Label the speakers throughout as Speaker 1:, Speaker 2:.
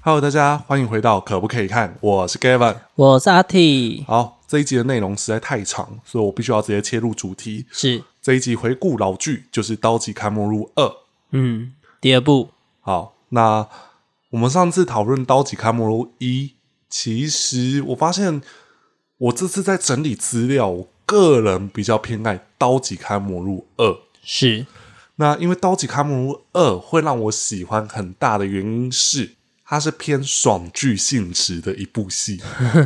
Speaker 1: Hello， 大家欢迎回到可不可以看？我是 Gavin，
Speaker 2: 我是阿 T。
Speaker 1: 好，这一集的内容实在太长，所以我必须要直接切入主题。
Speaker 2: 是
Speaker 1: 这一集回顾老剧，就是《刀戟勘魔录2》。
Speaker 2: 第二部。
Speaker 1: 好，那我们上次讨论《刀戟勘魔录1》，其实我发现我这次在整理资料，我个人比较偏爱《刀戟勘魔录2》。
Speaker 2: 是，
Speaker 1: 那因为《刀戟勘魔录2》会让我喜欢很大的原因是，它是偏爽剧性质的一部戏。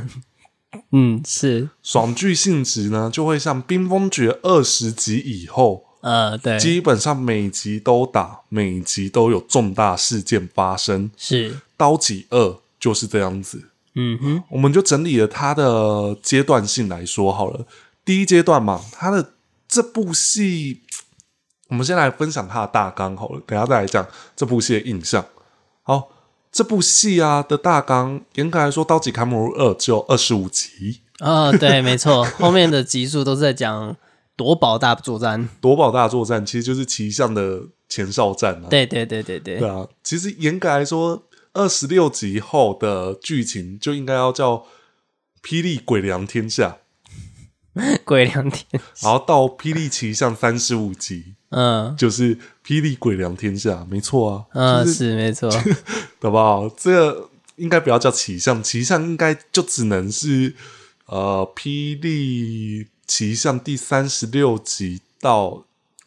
Speaker 2: 是
Speaker 1: 爽剧性质呢，就会像《冰封诀》20集以后，
Speaker 2: 对，
Speaker 1: 基本上每集都打，每集都有重大事件发生。
Speaker 2: 是
Speaker 1: 刀戟2就是这样子。我们就整理了它的阶段性来说好了。第一阶段嘛，它的这部戏，我们先来分享它的大纲好了，等一下再来讲这部戏的印象。好，这部戏啊的大纲，严格来说，《刀戟勘魔录2》只有25集。
Speaker 2: 对，没错，后面的集数都是在讲夺宝大作战。
Speaker 1: 夺宝大作战其实就是骑象的前哨战啊。
Speaker 2: 对
Speaker 1: 啊，其实严格来说，26集后的剧情就应该要叫霹雳鬼良天下。
Speaker 2: 鬼良天
Speaker 1: 然后到霹雳骑象35集，就是霹雳鬼良天下，没错啊，
Speaker 2: 是没错，
Speaker 1: 好不好？这个应该不要叫骑象，骑象应该就只能是霹雳骑象第36集到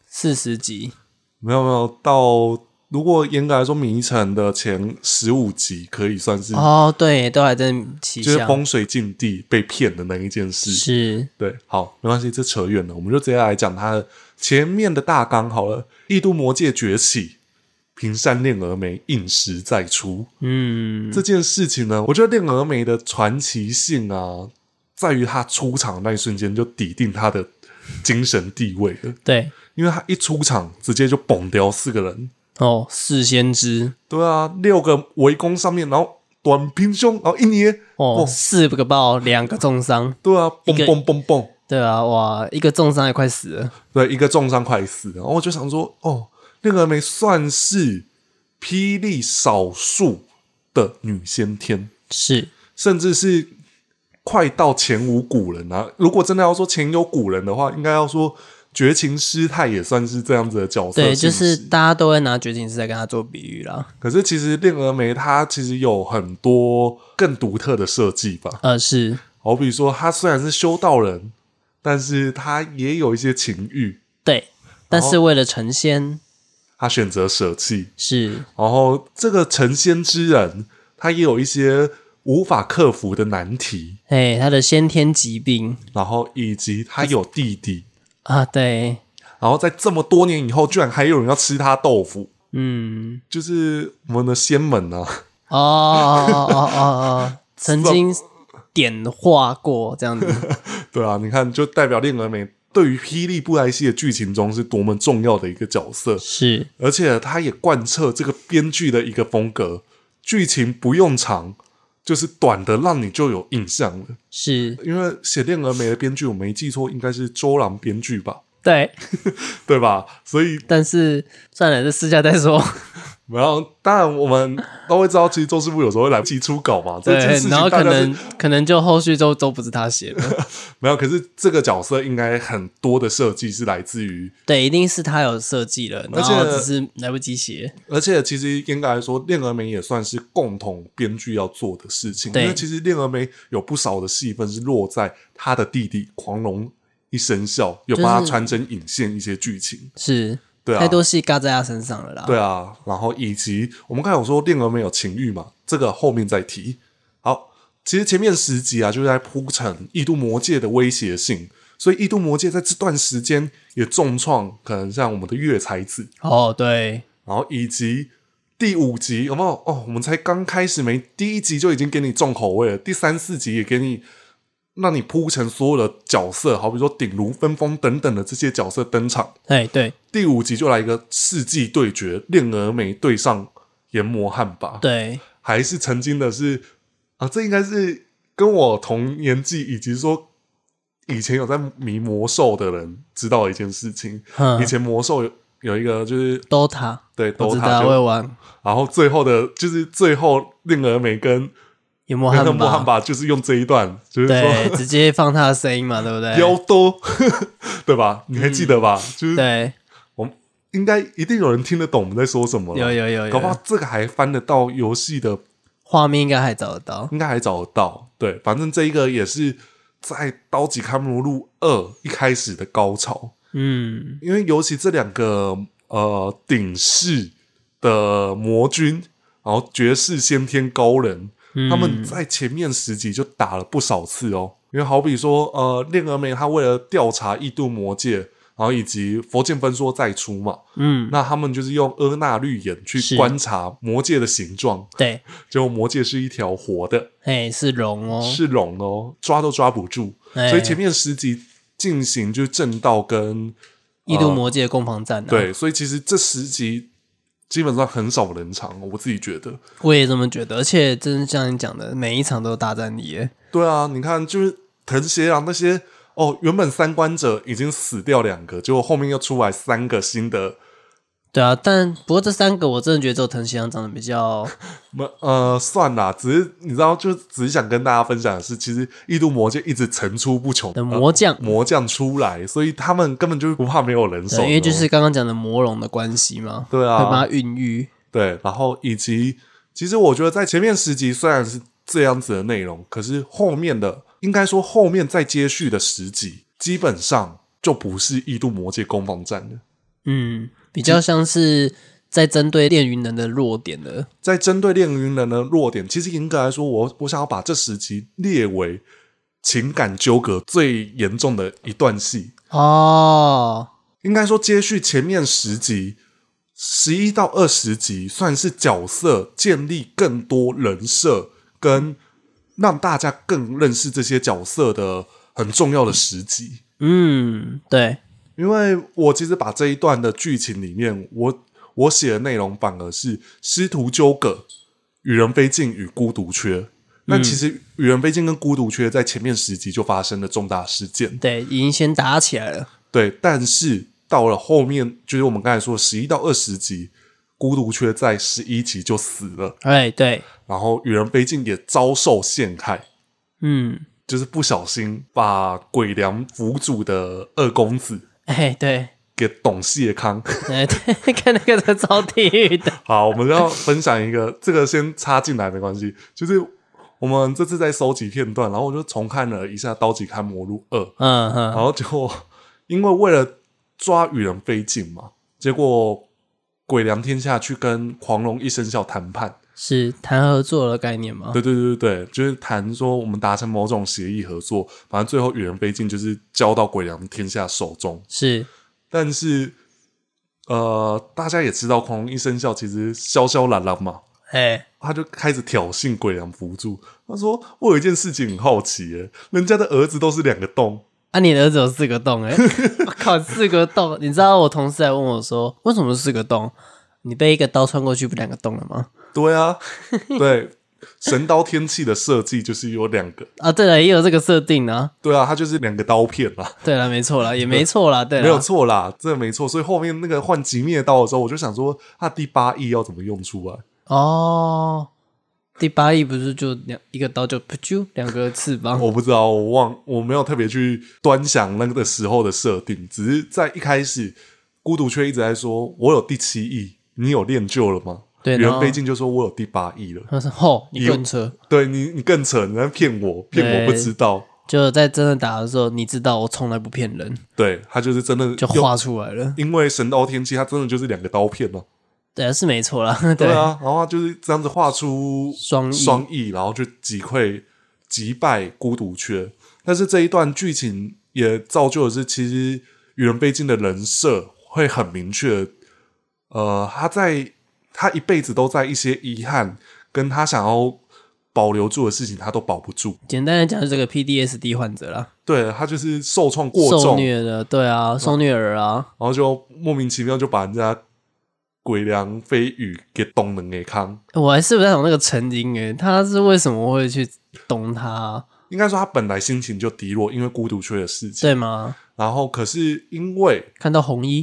Speaker 2: 40集，
Speaker 1: 没有到。如果严格来说，迷城的前15集可以算是
Speaker 2: 对，都还在骑象，
Speaker 1: 就是风水禁地被骗的那一件事。
Speaker 2: 是，
Speaker 1: 对，好，没关系，这扯远了，我们就直接来讲它的前面的大纲好了。异度魔界崛起，平善恋峨眉应时再出。这件事情呢，我觉得恋峨眉的传奇性啊，在于他出场的那一瞬间就抵定他的精神地位了。
Speaker 2: 对，
Speaker 1: 因为他一出场，直接就崩掉4个人。
Speaker 2: 四先知，
Speaker 1: 对啊，6个围攻上面，然后短平胸，然后一捏
Speaker 2: ，4个爆，2个重伤。
Speaker 1: 对啊，蹦蹦蹦蹦，
Speaker 2: 对啊，哇，一个重伤也快死了。
Speaker 1: 对，一个重伤快死了。然后我就想说，恋峨眉算是霹雳少数的女先天，
Speaker 2: 是，
Speaker 1: 甚至是快到前无古人啊。如果真的要说前有古人的话，应该要说绝情师太也算是这样子的角色。
Speaker 2: 对，就是大家都会拿绝情师在跟他做比喻啦。
Speaker 1: 可是其实恋峨眉它其实有很多更独特的设计吧。
Speaker 2: 是，
Speaker 1: 好比说他虽然是修道人，但是他也有一些情欲。
Speaker 2: 对，但是为了成仙，
Speaker 1: 他选择舍弃。
Speaker 2: 是，
Speaker 1: 然后这个成仙之人，他也有一些无法克服的难题。
Speaker 2: 他的先天疾病，
Speaker 1: 然后以及他有弟弟。
Speaker 2: 对，
Speaker 1: 然后在这么多年以后，居然还有人要吃他豆腐。就是我们的仙门啊。
Speaker 2: 曾经点化过这样子。
Speaker 1: 对啊，你看，就代表恋峨眉对于霹雳布袋戏的剧情中是多么重要的一个角色。
Speaker 2: 是，
Speaker 1: 而且他也贯彻这个编剧的一个风格，剧情不用长，就是短的让你就有印象了。
Speaker 2: 是，
Speaker 1: 因为写恋峨眉的编剧，我没记错，应该是周郎编剧吧？
Speaker 2: 对，
Speaker 1: 对吧？所以，
Speaker 2: 但是算了，这私下再说。
Speaker 1: 然后，当然我们都会知道，其实周师傅有时候会来不及出稿嘛。
Speaker 2: 对，
Speaker 1: 这件事情
Speaker 2: 然后可能就后续都不是他写的。
Speaker 1: 没有，可是这个角色应该很多的设计是来自于，
Speaker 2: 对，一定是他有设计了，然后只是来不及写。
Speaker 1: 而且其实严格来说，恋峨眉也算是共同编剧要做的事情。因为其实恋峨眉有不少的戏份是落在他的弟弟狂龙一生效，有帮他传承引线一些剧情。
Speaker 2: 是。
Speaker 1: 对啊，
Speaker 2: 太多戏嘎在他身上了啦。
Speaker 1: 对啊，然后以及我们刚才有说恋峨眉有情欲嘛，这个后面再提。好，其实前面10集啊，就是在铺陈异度魔界的威胁性，所以异度魔界在这段时间也重创，可能像我们的月才子。
Speaker 2: 对，
Speaker 1: 然后以及第5集有没有？我们才刚开始第1集就已经给你重口味了，第3、4集也给你。让你铺成所有的角色，好比说鼎炉分封等等的这些角色登场。
Speaker 2: 对，
Speaker 1: 第5集就来一个世纪对决，恋峨眉对上炎魔汉魃。
Speaker 2: 对，
Speaker 1: 还是曾经的是这应该是跟我同年纪，以及说以前有在迷魔兽的人知道的一件事情。以前魔兽有一个就是
Speaker 2: DOTA，
Speaker 1: 对
Speaker 2: 我知
Speaker 1: DOTA
Speaker 2: 道，我有玩。
Speaker 1: 然后最后令儿美跟
Speaker 2: 有莫汉
Speaker 1: 莫汉巴就是用这一段，就是
Speaker 2: 对，
Speaker 1: 说
Speaker 2: 直接放他的声音嘛，对不对？
Speaker 1: 妖多，对吧？你还记得吧？就是
Speaker 2: 对，
Speaker 1: 我们应该一定有人听得懂我们在说什么了。
Speaker 2: 有，
Speaker 1: 搞不好这个还翻得到游戏的
Speaker 2: 画面，应该还找得到，
Speaker 1: 应该还找得到。对，反正这一个也是在《刀戟勘魔录2》一开始的高潮。因为尤其这两个顶世的魔君，然后绝世先天高人。他们在前面10集就打了不少次哦，因为好比说炼峨眉他为了调查异度魔界，然后以及佛剑分说再出嘛，那他们就是用阿那绿眼去观察魔界的形状，
Speaker 2: 对，
Speaker 1: 结果魔界是一条活的，
Speaker 2: 是龙哦，
Speaker 1: 是龙哦，抓都抓不住，所以前面10集进行就是正道跟
Speaker 2: 异度魔界的攻防战，
Speaker 1: 对，所以其实这10集基本上很少人场，我自己觉得，
Speaker 2: 我也这么觉得，而且真的像你讲的，每一场都有大战力耶。
Speaker 1: 对啊，你看就是藤胁郎那些原本3关者已经死掉2个，结果后面又出来3个新的。
Speaker 2: 对啊，但不过这3个我真的觉得只有藤胁郎长得比较
Speaker 1: 算啦，只是你知道，就只是想跟大家分享的是，其实异度魔界一直层出不穷
Speaker 2: 的魔
Speaker 1: 将出来，所以他们根本就不怕没有人手，
Speaker 2: 因为就是刚刚讲的魔龙的关系嘛，
Speaker 1: 对啊，
Speaker 2: 会把它孕育，
Speaker 1: 对，然后以及其实我觉得在前面10集虽然是这样子的内容，可是后面的应该说后面再接续的10集，基本上就不是异度魔界攻防战了，
Speaker 2: 比较像是在针对炼云人的弱点的，
Speaker 1: 在针对炼云人的弱点，其实严格来说，我想要把这10集列为情感纠葛最严重的一段戏
Speaker 2: 哦。
Speaker 1: 应该说，接续前面10集，11到20集算是角色建立更多人设，跟让大家更认识这些角色的很重要的10集。
Speaker 2: 对。因
Speaker 1: 为我其实把这一段的剧情里面，我写的内容反而是师徒纠葛、羽人飞进与孤独缺。但其实羽人飞进跟孤独缺在前面10集就发生了重大事件，
Speaker 2: 对，已经先打起来了。
Speaker 1: 对，但是到了后面，就是我们刚才说11到20集，孤独缺在11集就死了。
Speaker 2: 对，
Speaker 1: 然后羽人飞进也遭受陷害。就是不小心把鬼良府主的2公子。
Speaker 2: 对，
Speaker 1: 给董谢康，
Speaker 2: 对，看那个的超地狱的。
Speaker 1: 好，我们要分享一个，这个先插进来没关系。就是我们这次在收集片段，然后我就重看了一下《刀戟勘魔录2》，然后结果因为了抓羽人飞进嘛，结果鬼良天下去跟狂龙一生笑谈判，
Speaker 2: 是谈合作的概念吗？
Speaker 1: 对，就是谈说我们达成某种协议合作，反正最后羽人飞进就是交到鬼良天下手中。
Speaker 2: 是，
Speaker 1: 但是大家也知道狂龙一生笑其实萧萧然然嘛，他就开始挑衅鬼良辅助，他说我有一件事情很好奇耶，人家的儿子都是2个洞
Speaker 2: 啊，你的儿子有4个洞我靠，4个洞！你知道我同事还问我说，为什么是4个洞？你被一个刀穿过去不2个洞了吗？
Speaker 1: 对啊，对，神刀天气的设计就是有2个
Speaker 2: 啊，对了，也有这个设定啊。
Speaker 1: 对啊，它就是2个刀片啦。
Speaker 2: 对了，没错啦，也没错啦，对啦，
Speaker 1: 没有错啦，这没错。所以后面那个换极灭刀的时候，我就想说，他第8翼要怎么用出来？
Speaker 2: 第8翼不是就一个刀就噗2个翅膀？
Speaker 1: 我不知道，我没有特别去端详那个时候的设定，只是在一开始，孤独却一直在说，我有第7翼，你有练就了吗？
Speaker 2: 对，
Speaker 1: 羽人飞进就说我有第8翼了。
Speaker 2: 他说：“你更扯，
Speaker 1: 对你更扯，你在骗我不知道。”
Speaker 2: 就在真的打的时候，你知道我从来不骗人。
Speaker 1: 对，他就是真的
Speaker 2: 就画出来了，
Speaker 1: 因为神刀天气，他真的就是2个刀片了。
Speaker 2: 对啊，是没错啦。
Speaker 1: 对啊，然后他就是这样子画出双翼，然后就击败孤独缺。但是这一段剧情也造就的是，其实羽人飞进的人设会很明确。他一辈子都在一些遗憾跟他想要保留住的事情，他都保不住。
Speaker 2: 简单的讲，就是这个 PTSD 患者啦。
Speaker 1: 对，他就是受创过重，
Speaker 2: 受虐的，对啊，受虐儿啊，
Speaker 1: 然后就莫名其妙就把人家鬼良飞羽给动了给康。
Speaker 2: 我还是不太懂那个成因他是为什么会去动他？
Speaker 1: 应该说他本来心情就低落，因为孤独缺的事情，
Speaker 2: 对吗？
Speaker 1: 然后可是因为
Speaker 2: 看到红衣，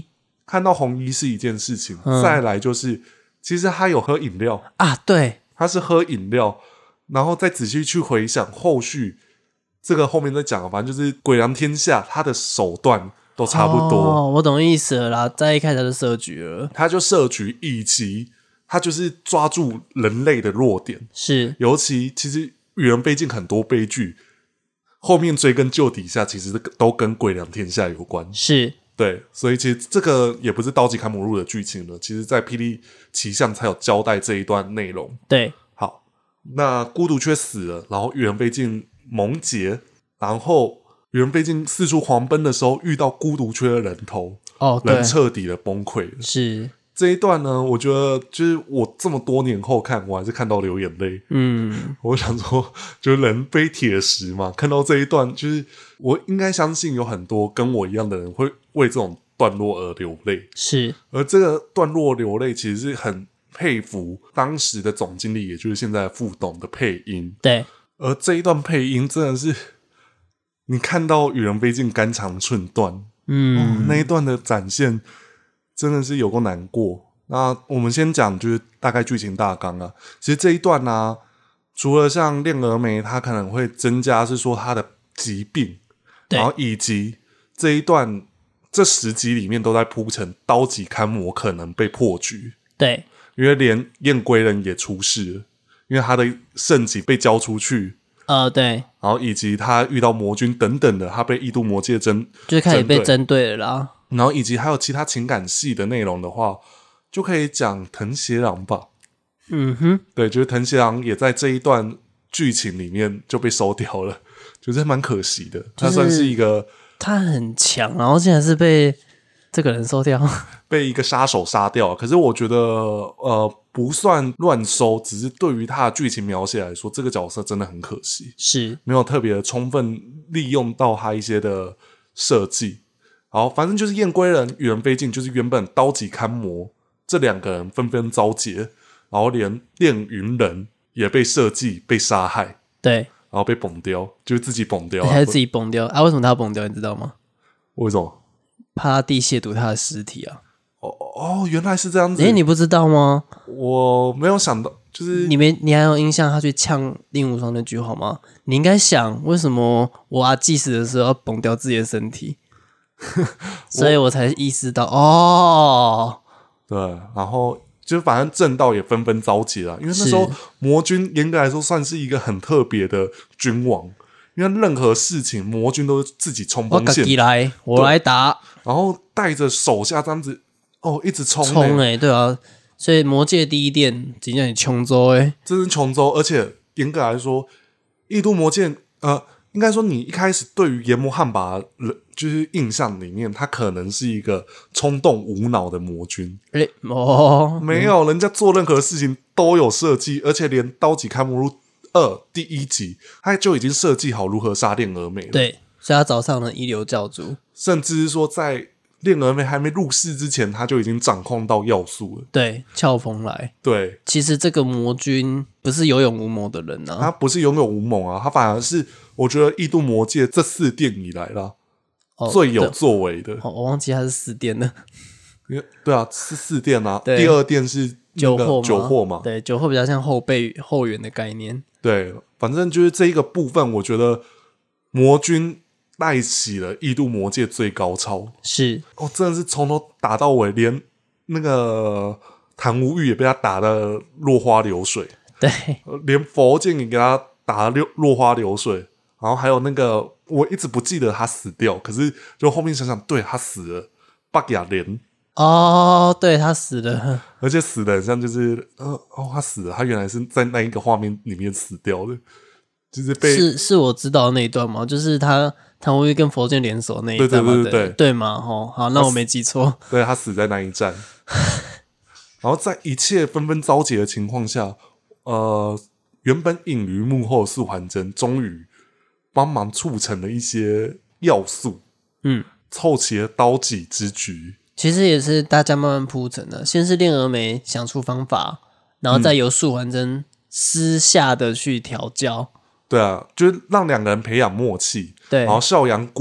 Speaker 1: 看到红衣是一件事情，再来就是其实他有喝饮料
Speaker 2: 啊，对，
Speaker 1: 他是喝饮料，然后再仔细去回想后续，这个后面再讲，反正就是鬼良天下他的手段都差不多。
Speaker 2: 我懂意思了啦，在一开始他就设局了，
Speaker 1: 他就设局以及他就是抓住人类的弱点，
Speaker 2: 是，
Speaker 1: 尤其其实与人非进很多悲剧后面追根究底下其实都跟鬼良天下有关，
Speaker 2: 是，
Speaker 1: 对，所以其实这个也不是刀戟砍母入的剧情了，其实在霹雳奇象才有交代这一段内容。
Speaker 2: 对，
Speaker 1: 好，那孤独却死了，然后与人非进蒙劫，然后与人非进四处狂奔的时候遇到孤独缺的人头，
Speaker 2: 对，
Speaker 1: 人彻底的崩溃了。
Speaker 2: 是
Speaker 1: 这一段呢，我觉得就是我这么多年后看，我还是看到流眼泪。我想说，就是人非铁石嘛，看到这一段，就是我应该相信有很多跟我一样的人会为这种段落而流泪。
Speaker 2: 是，
Speaker 1: 而这个段落流泪，其实是很佩服当时的总经理，也就是现在的副董的配音。
Speaker 2: 对，
Speaker 1: 而这一段配音真的是，你看到与人非进肝肠寸断，那一段的展现。真的是有够难过。那我们先讲就是大概剧情大纲啊。其实这一段啊，除了像恋峨眉，它可能会增加是说它的疾病，然后以及这一段这10集里面都在铺陈刀戟勘魔可能被破局。
Speaker 2: 对，
Speaker 1: 因为连燕归人也出事了，因为他的圣戟被交出去。
Speaker 2: 对，
Speaker 1: 然后以及他遇到魔君等等的，他被异度魔界
Speaker 2: 就开始被针对了啦。
Speaker 1: 然后以及还有其他情感戏的内容的话，就可以讲藤胁郎吧。对，就是藤胁郎也在这一段剧情里面就被收掉了，就是蛮可惜的。他算是一个，
Speaker 2: 他很强，然后竟然是被这个人收掉，
Speaker 1: 被一个杀手杀掉。可是我觉得不算乱收，只是对于他的剧情描写来说，这个角色真的很可惜，
Speaker 2: 是
Speaker 1: 没有特别的充分利用到他一些的设计。好，反正就是燕归人与人非进，就是原本刀戟勘魔这2个人纷纷遭劫，然后连炼云人也被设计被杀害，
Speaker 2: 对，
Speaker 1: 然后被崩掉，就是自己崩掉，
Speaker 2: 还是自己崩掉啊？为什么他要崩掉？你知道吗？
Speaker 1: 为什么？
Speaker 2: 怕他弟亵渎他的尸体啊！
Speaker 1: 原来是这样子。
Speaker 2: 你不知道吗？
Speaker 1: 我没有想到，就是
Speaker 2: 你还有印象他去呛令狐冲那句话吗？你应该想，为什么我阿祭死的时候要崩掉自己的身体？所以我才意识到
Speaker 1: 对，然后就反正正道也纷纷遭劫了，因为那时候魔君严格来说算是一个很特别的君王，因为任何事情魔君都是自己冲锋陷，
Speaker 2: 我来打，
Speaker 1: 然后带着手下这样子一直冲
Speaker 2: 对啊，所以魔界第一殿真的是琼州
Speaker 1: 这是琼州，而且严格来说异度魔界应该说你一开始对于炎魔汉魃就是印象里面他可能是一个冲动无脑的魔君，没有，人家做任何事情都有设计，而且连刀戟勘魔录2第1集他就已经设计好如何杀恋峨眉了。
Speaker 2: 对，所以他找上了一流教主，
Speaker 1: 甚至是说在恋峨眉还没入世之前他就已经掌控到要素了。
Speaker 2: 对，俏风来。
Speaker 1: 对，
Speaker 2: 其实这个魔君不是有勇无谋的人啊，
Speaker 1: 他不是有勇无谋啊，他反而是我觉得异度魔界这4殿以来啦最有作为的。
Speaker 2: 我忘记他是4殿了。
Speaker 1: 对啊，是4殿啊，第2殿是酒祸嘛。
Speaker 2: 对，酒祸比较像后援的概念。
Speaker 1: 对，反正就是这一个部分，我觉得魔君带起了异度魔界最高潮。
Speaker 2: 是
Speaker 1: 真的是从头打到尾，连那个谭无欲也被他打得落花流水。
Speaker 2: 对，
Speaker 1: 连佛剑也给他打得落花流水。然后还有那个我一直不记得他死掉，可是就后面想想，对，他死了，巴雅莲。
Speaker 2: 对，他死了，
Speaker 1: 而且死的很像就是他死了，他原来是在那一个画面里面死掉的，就是被
Speaker 2: 是我知道的那一段吗？就是他谭无欲跟佛剑联手那一段吗？对吗？好，那我没记错，
Speaker 1: 对，他死在那一战。然后在一切纷纷遭劫的情况下，原本隐于幕后的素还真终于帮忙促成了一些要素，凑齐了刀戟之局。
Speaker 2: 其实也是大家慢慢铺陈的，先是恋峨眉想出方法，然后再由素还真私下的去调教。
Speaker 1: 对啊，就是让2个人培养默契。
Speaker 2: 对，
Speaker 1: 然后孝阳谷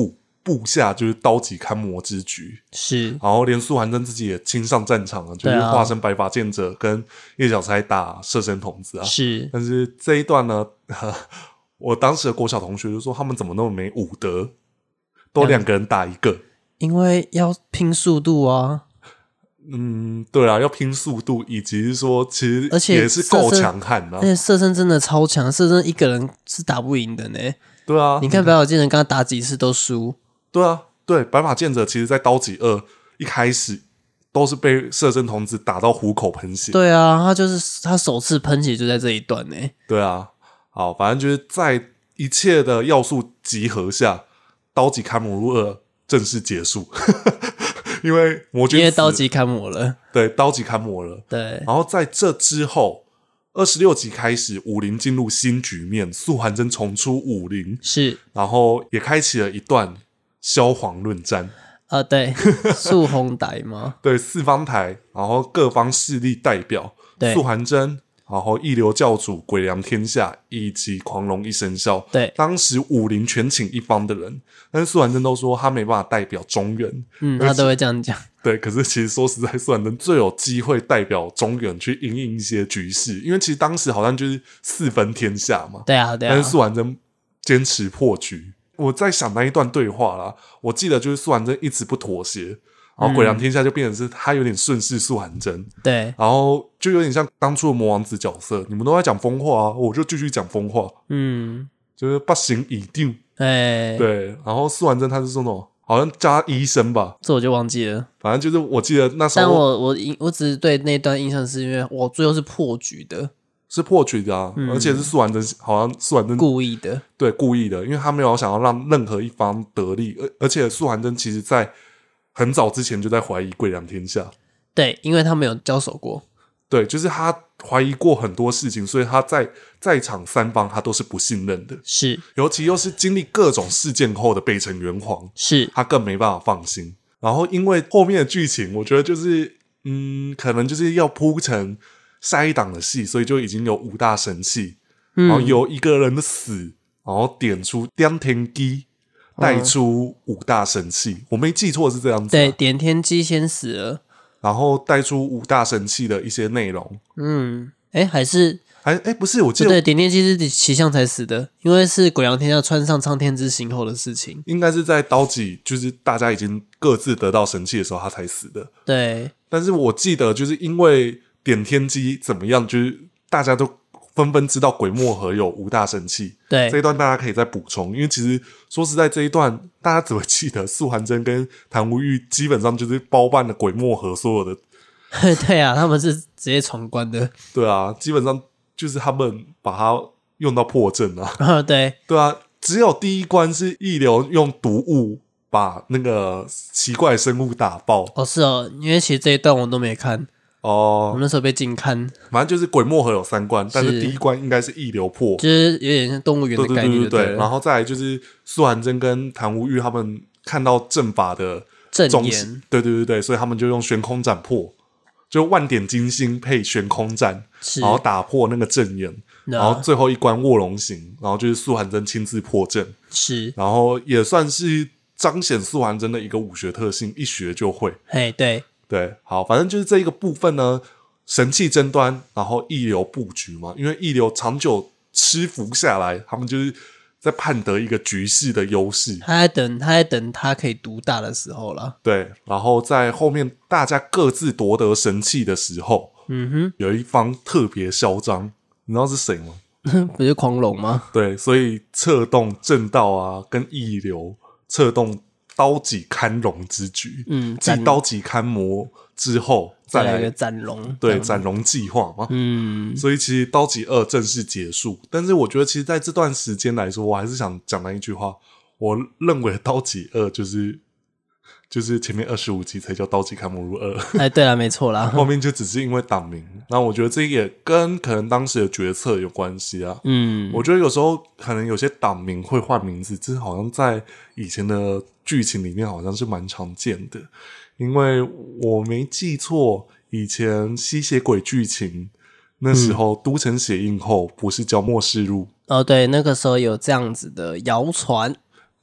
Speaker 1: 布下就是刀戟勘魔之局，
Speaker 2: 是，
Speaker 1: 然后连素还真自己也亲上战场了，就是化身白发剑者跟叶小钗打射身童子啊。
Speaker 2: 是，
Speaker 1: 但是这一段呢，我当时的国小同学就说他们怎么那么没武德，都2个人打1个，
Speaker 2: 因为要拼速度啊。
Speaker 1: 对啊，要拼速度，以及是说其实
Speaker 2: 而且
Speaker 1: 也是够强悍啊。
Speaker 2: 而且射身真的超强，射身一个人是打不赢的呢。
Speaker 1: 对啊，
Speaker 2: 你看白发剑人刚刚打几次都输。
Speaker 1: 对啊，对，白发剑者其实在刀戟2一开始都是被射身童子打到虎口喷血。
Speaker 2: 对啊，他首次喷血就在这一段呢。
Speaker 1: 对啊，好，反正就是在一切的要素集合下，刀戟勘魔录2正式结束。因为魔君
Speaker 2: 因为刀戟勘魔了，
Speaker 1: 对，刀戟勘魔了。
Speaker 2: 对，
Speaker 1: 然后在这之后，26集开始，武林进入新局面，素还真重出武林，
Speaker 2: 是，
Speaker 1: 然后也开启了一段萧黄论战。
Speaker 2: 对，素红歹吗？
Speaker 1: 对，4方台，然后各方势力代表，素还真，然后一流教主鬼良天下以及狂龙一生笑。
Speaker 2: 对，
Speaker 1: 当时武林全请一方的人，但是素还真都说他没办法代表中原。
Speaker 2: 他都会这样讲。
Speaker 1: 对，可是其实说实在，素还真最有机会代表中原去因应一些局势，因为其实当时好像就是4分天下嘛。
Speaker 2: 对啊，对啊。
Speaker 1: 但是素还真坚持破局。我在想那一段对话啦，我记得就是素还真一直不妥协。然后鬼良天下就变成是他有点顺势素还真，
Speaker 2: 对，
Speaker 1: 然后就有点像当初的魔王子角色，你们都在讲疯话啊，我就继续讲疯话，就是不行已定，对，然后素还真他是说那种好像叫他医生吧，
Speaker 2: 这我就忘记了，
Speaker 1: 反正就是我记得那时候，
Speaker 2: 但我只是对那段印象是因为我最后是破局的，
Speaker 1: 是破局的啊，而且是素还真，好像素还真
Speaker 2: 故意的，
Speaker 1: 对，故意的，因为他没有想要让任何一方得利，而且素还真其实在很早之前就在怀疑鬼良天下，
Speaker 2: 对，因为他没有交手过，
Speaker 1: 对，就是他怀疑过很多事情，所以他在场3方他都是不信任的，
Speaker 2: 是，
Speaker 1: 尤其又是经历各种事件后的北辰元皇，
Speaker 2: 是
Speaker 1: 他更没办法放心。然后因为后面的剧情，我觉得就是可能就是要铺成下一档的戏，所以就已经有5大神器，然后有一个人的死，然后点出点天机。带出5大神器，我没记错是这样子。
Speaker 2: 对，点天机先死了，
Speaker 1: 然后带出5大神器的一些内容。
Speaker 2: 还
Speaker 1: 不是，我记得
Speaker 2: 对，点天机是齐象才死的，因为是鬼良天下穿上苍天之行后的事情。
Speaker 1: 应该是在刀戟，就是大家已经各自得到神器的时候，他才死的。
Speaker 2: 对，
Speaker 1: 但是我记得就是因为点天机怎么样，就是大家都纷纷知道鬼墨盒有5大神器，
Speaker 2: 对，
Speaker 1: 这一段大家可以再补充，因为其实说实在这一段大家只会记得素还真跟谭无欲基本上就是包办了鬼墨盒所有的
Speaker 2: 对啊，他们是直接闯关的，
Speaker 1: 对啊，基本上就是他们把它用到破阵啊
Speaker 2: 对
Speaker 1: 啊，只有第一关是一流用毒物把那个奇怪生物打爆。
Speaker 2: 是哦，因为其实这一段我都没看。我那时候被禁看，
Speaker 1: 反正就是鬼墨盒有3关，但是第一关应该是一流破，
Speaker 2: 就是有点像动物园的概念，
Speaker 1: 对。然后再来就是素还真跟谭无欲他们看到阵法的
Speaker 2: 阵眼，
Speaker 1: 对，所以他们就用悬空斩破，就万点金星配悬空斩，然后打破那个阵眼，然后最后一关卧龙行，然后就是素还真亲自破阵，
Speaker 2: 是，
Speaker 1: 然后也算是彰显素还真的一个武学特性，一学就会，对，好，反正就是这一个部分呢，神器争端，然后一流布局嘛，因为一流长久吃服下来，他们就是在盼得一个局势的优势。
Speaker 2: 他在等他可以独大的时候了。
Speaker 1: 对，然后在后面大家各自夺得神器的时候，有一方特别嚣张，你知道是谁吗？
Speaker 2: 不是狂龙吗？
Speaker 1: 对，所以策动正道啊，跟一流策动刀戟勘龙之局，继刀戟勘魔之后，再来
Speaker 2: 一个斩龙，
Speaker 1: 对，斩龙计划嘛，所以其实刀戟2正式结束。但是我觉得，其实在这段时间来说，我还是想讲那一句话，我认为刀戟2就是前面25集才叫刀戟勘魔录2，
Speaker 2: 对啦，没错啦，
Speaker 1: 后面就只是因为党名。那我觉得这也跟可能当时的决策有关系啊。我觉得有时候可能有些党名会换名字，这好像在以前的剧情里面好像是蛮常见的。因为我没记错，以前吸血鬼剧情那时候都城血印后不是叫末世录
Speaker 2: 对，那个时候有这样子的谣传。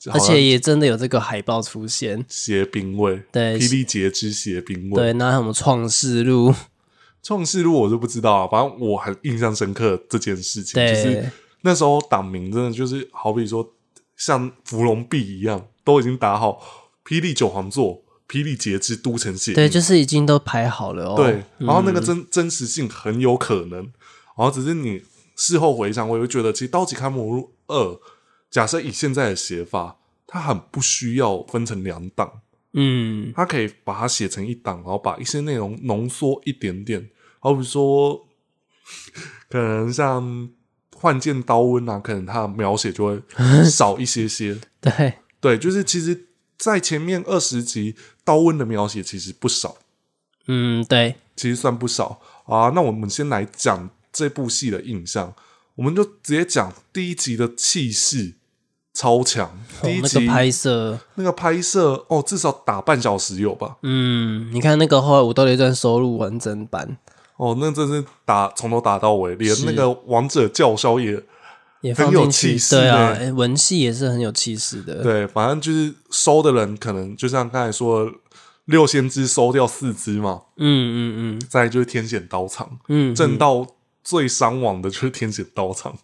Speaker 2: 而且也真的有这个海报出现，
Speaker 1: 邪兵卫，
Speaker 2: 对，
Speaker 1: 霹雳节之邪兵卫，
Speaker 2: 对，那什么创世录，
Speaker 1: 创世录我就不知道啊，反正我很印象深刻这件事情，就是那时候党名真的就是好比说像伏龙壁一样，都已经打好霹雳九皇座、霹雳节之都城血印，
Speaker 2: 对，就是已经都排好了哦。
Speaker 1: 对，然后那个真实性很有可能，然后只是你事后回想，我会觉得其实刀戟勘魔录2，假设以现在的写法，它很不需要分成2档，它可以把它写成1档，然后把一些内容浓缩一点点，好比说可能像幻剑刀温啊，可能它的描写就会少一些些。对，就是其实在前面20集刀温的描写其实不少，
Speaker 2: 对，
Speaker 1: 其实算不少啊。那我们先来讲这部戏的印象，我们就直接讲第1集的气势超强，第1集那个拍摄哦，至少打半小时有吧？
Speaker 2: 你看那个后来《武斗列传》收录完整版，
Speaker 1: 哦，那真是从头打到尾，连那个王者叫嚣也很有气势，
Speaker 2: 对啊，文戏也是很有气势的。
Speaker 1: 对，反正就是收的人可能就像刚才说的，6仙芝收掉4只嘛，再来就是天险刀场，正道最伤亡的就是天险刀场，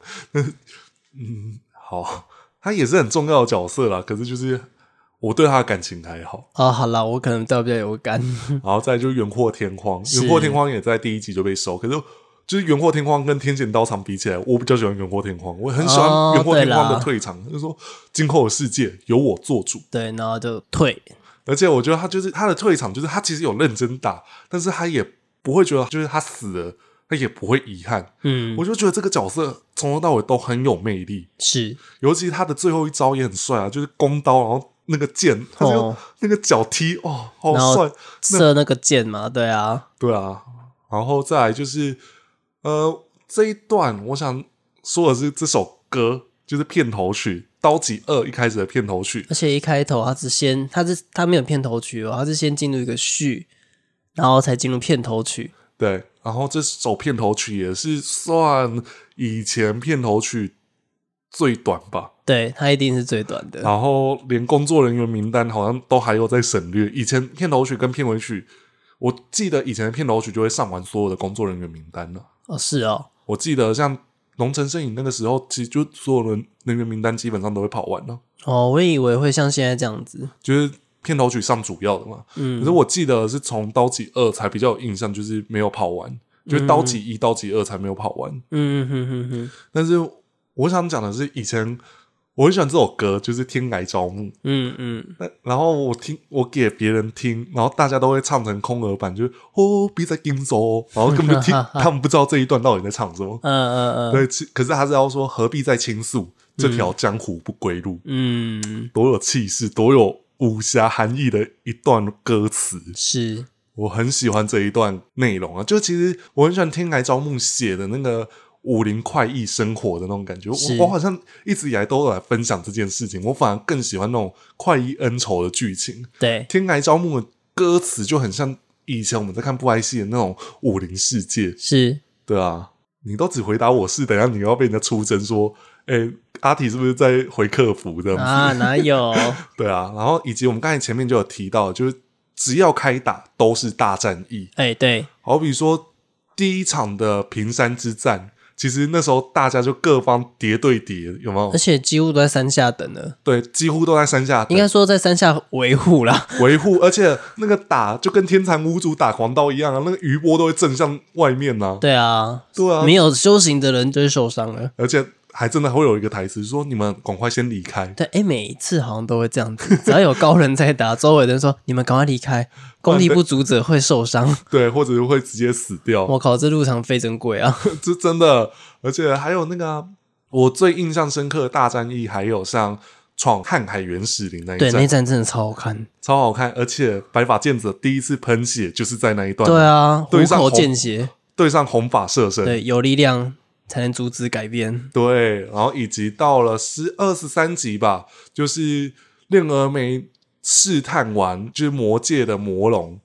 Speaker 1: 好，他也是很重要的角色啦，可是就是我对他的感情还好。
Speaker 2: 好啦，我可能对他比较有感。
Speaker 1: 然后再就是元惑天荒，元惑天荒也在第1集就被收，可是就是元惑天荒跟天险刀场比起来，我比较喜欢元惑天荒，我很喜欢元惑天荒的退场，就是说今后的世界由我做主，
Speaker 2: 对，然后就退。
Speaker 1: 而且我觉得他就是他的退场，就是他其实有认真打，但是他也不会觉得就是他死了，他也不会遗憾。我就觉得这个角色从头到尾都很有魅力，
Speaker 2: 是，
Speaker 1: 尤其他的最后一招也很帅啊，就是弓刀，然后那个剑，他就那个脚踢，哦，好帅，
Speaker 2: 射那个箭嘛，对啊，
Speaker 1: 然后再来就是这一段我想说的是这首歌，就是片头曲《刀戟2》一开始的片头曲，
Speaker 2: 而且一开头他没有片头曲哦，他是先进入一个序，然后才进入片头曲。
Speaker 1: 对，然后这首片头曲也是算以前片头曲最短吧，
Speaker 2: 对，它一定是最短的。
Speaker 1: 然后连工作人员名单好像都还有在省略，以前片头曲跟片尾曲，我记得以前的片头曲就会上完所有的工作人员名单了。
Speaker 2: 是哦，
Speaker 1: 我记得像龙城摄影那个时候，其实就所有的人员名单基本上都会跑完了。
Speaker 2: 我以为会像现在这样子，
Speaker 1: 就是片头曲上主要的嘛。可是我记得是从刀戟2才比较有印象，就是没有跑完，就是刀戟1、刀戟2才没有跑完。但是我想讲的是，以前我很喜欢这首歌，就是《天来招募》。然后我给别人听，然后大家都会唱成空耳版，就是别再紧走，然后根本就他们不知道这一段到底在唱什么。对，可是他是要说何必再倾诉这条江湖不归路。多有气势，多有武侠含义的一段歌词。
Speaker 2: 是
Speaker 1: 我很喜欢这一段内容啊，就其实我很喜欢天来招募写的那个武林快意生活的那种感觉，我好像一直以来都有来分享这件事情，我反而更喜欢那种快意恩仇的剧情。
Speaker 2: 对，
Speaker 1: 天来招募的歌词就很像以前我们在看布袋戏的那种武林世界。
Speaker 2: 是，
Speaker 1: 对啊，你都只回答我是，等一下你要被人家出征说阿体是不是在回客服这样子
Speaker 2: 啊？哪有
Speaker 1: 对啊，然后以及我们刚才前面就有提到，就是只要开打都是大战役。
Speaker 2: 对，
Speaker 1: 好比说第1场的平山之战，其实那时候大家就各方叠对叠，有没有？
Speaker 2: 而且几乎都在山下等了。
Speaker 1: 对，几乎都在山下等，
Speaker 2: 应该说在山下维护啦，
Speaker 1: 维护。而且那个打就跟天蚕屋主打狂刀一样啊，那个余波都会正向外面啊。
Speaker 2: 对啊，
Speaker 1: 没
Speaker 2: 有修行的人就会受伤了，
Speaker 1: 而且还真的会有一个台词说：“你们赶快先离开。”
Speaker 2: 对，每一次好像都会这样子，只要有高人在打，周围的人说：“你们赶快离开，功力不足者会受伤。”
Speaker 1: 对，或者会直接死掉。
Speaker 2: 我靠，这入场费真贵啊！
Speaker 1: 这真的，而且还有那个我最印象深刻的大战役，还有像闯瀚海原始林那一战，
Speaker 2: 对，那一战真的超好看，
Speaker 1: 超好看。而且白发剑子第一次喷血就是在那一段，
Speaker 2: 对啊，虎口见血，
Speaker 1: 对上红发射身，
Speaker 2: 对，有力量才能阻止改变。
Speaker 1: 对，然后以及到了23集吧，就是炼峨眉试探完就是魔界的魔龙，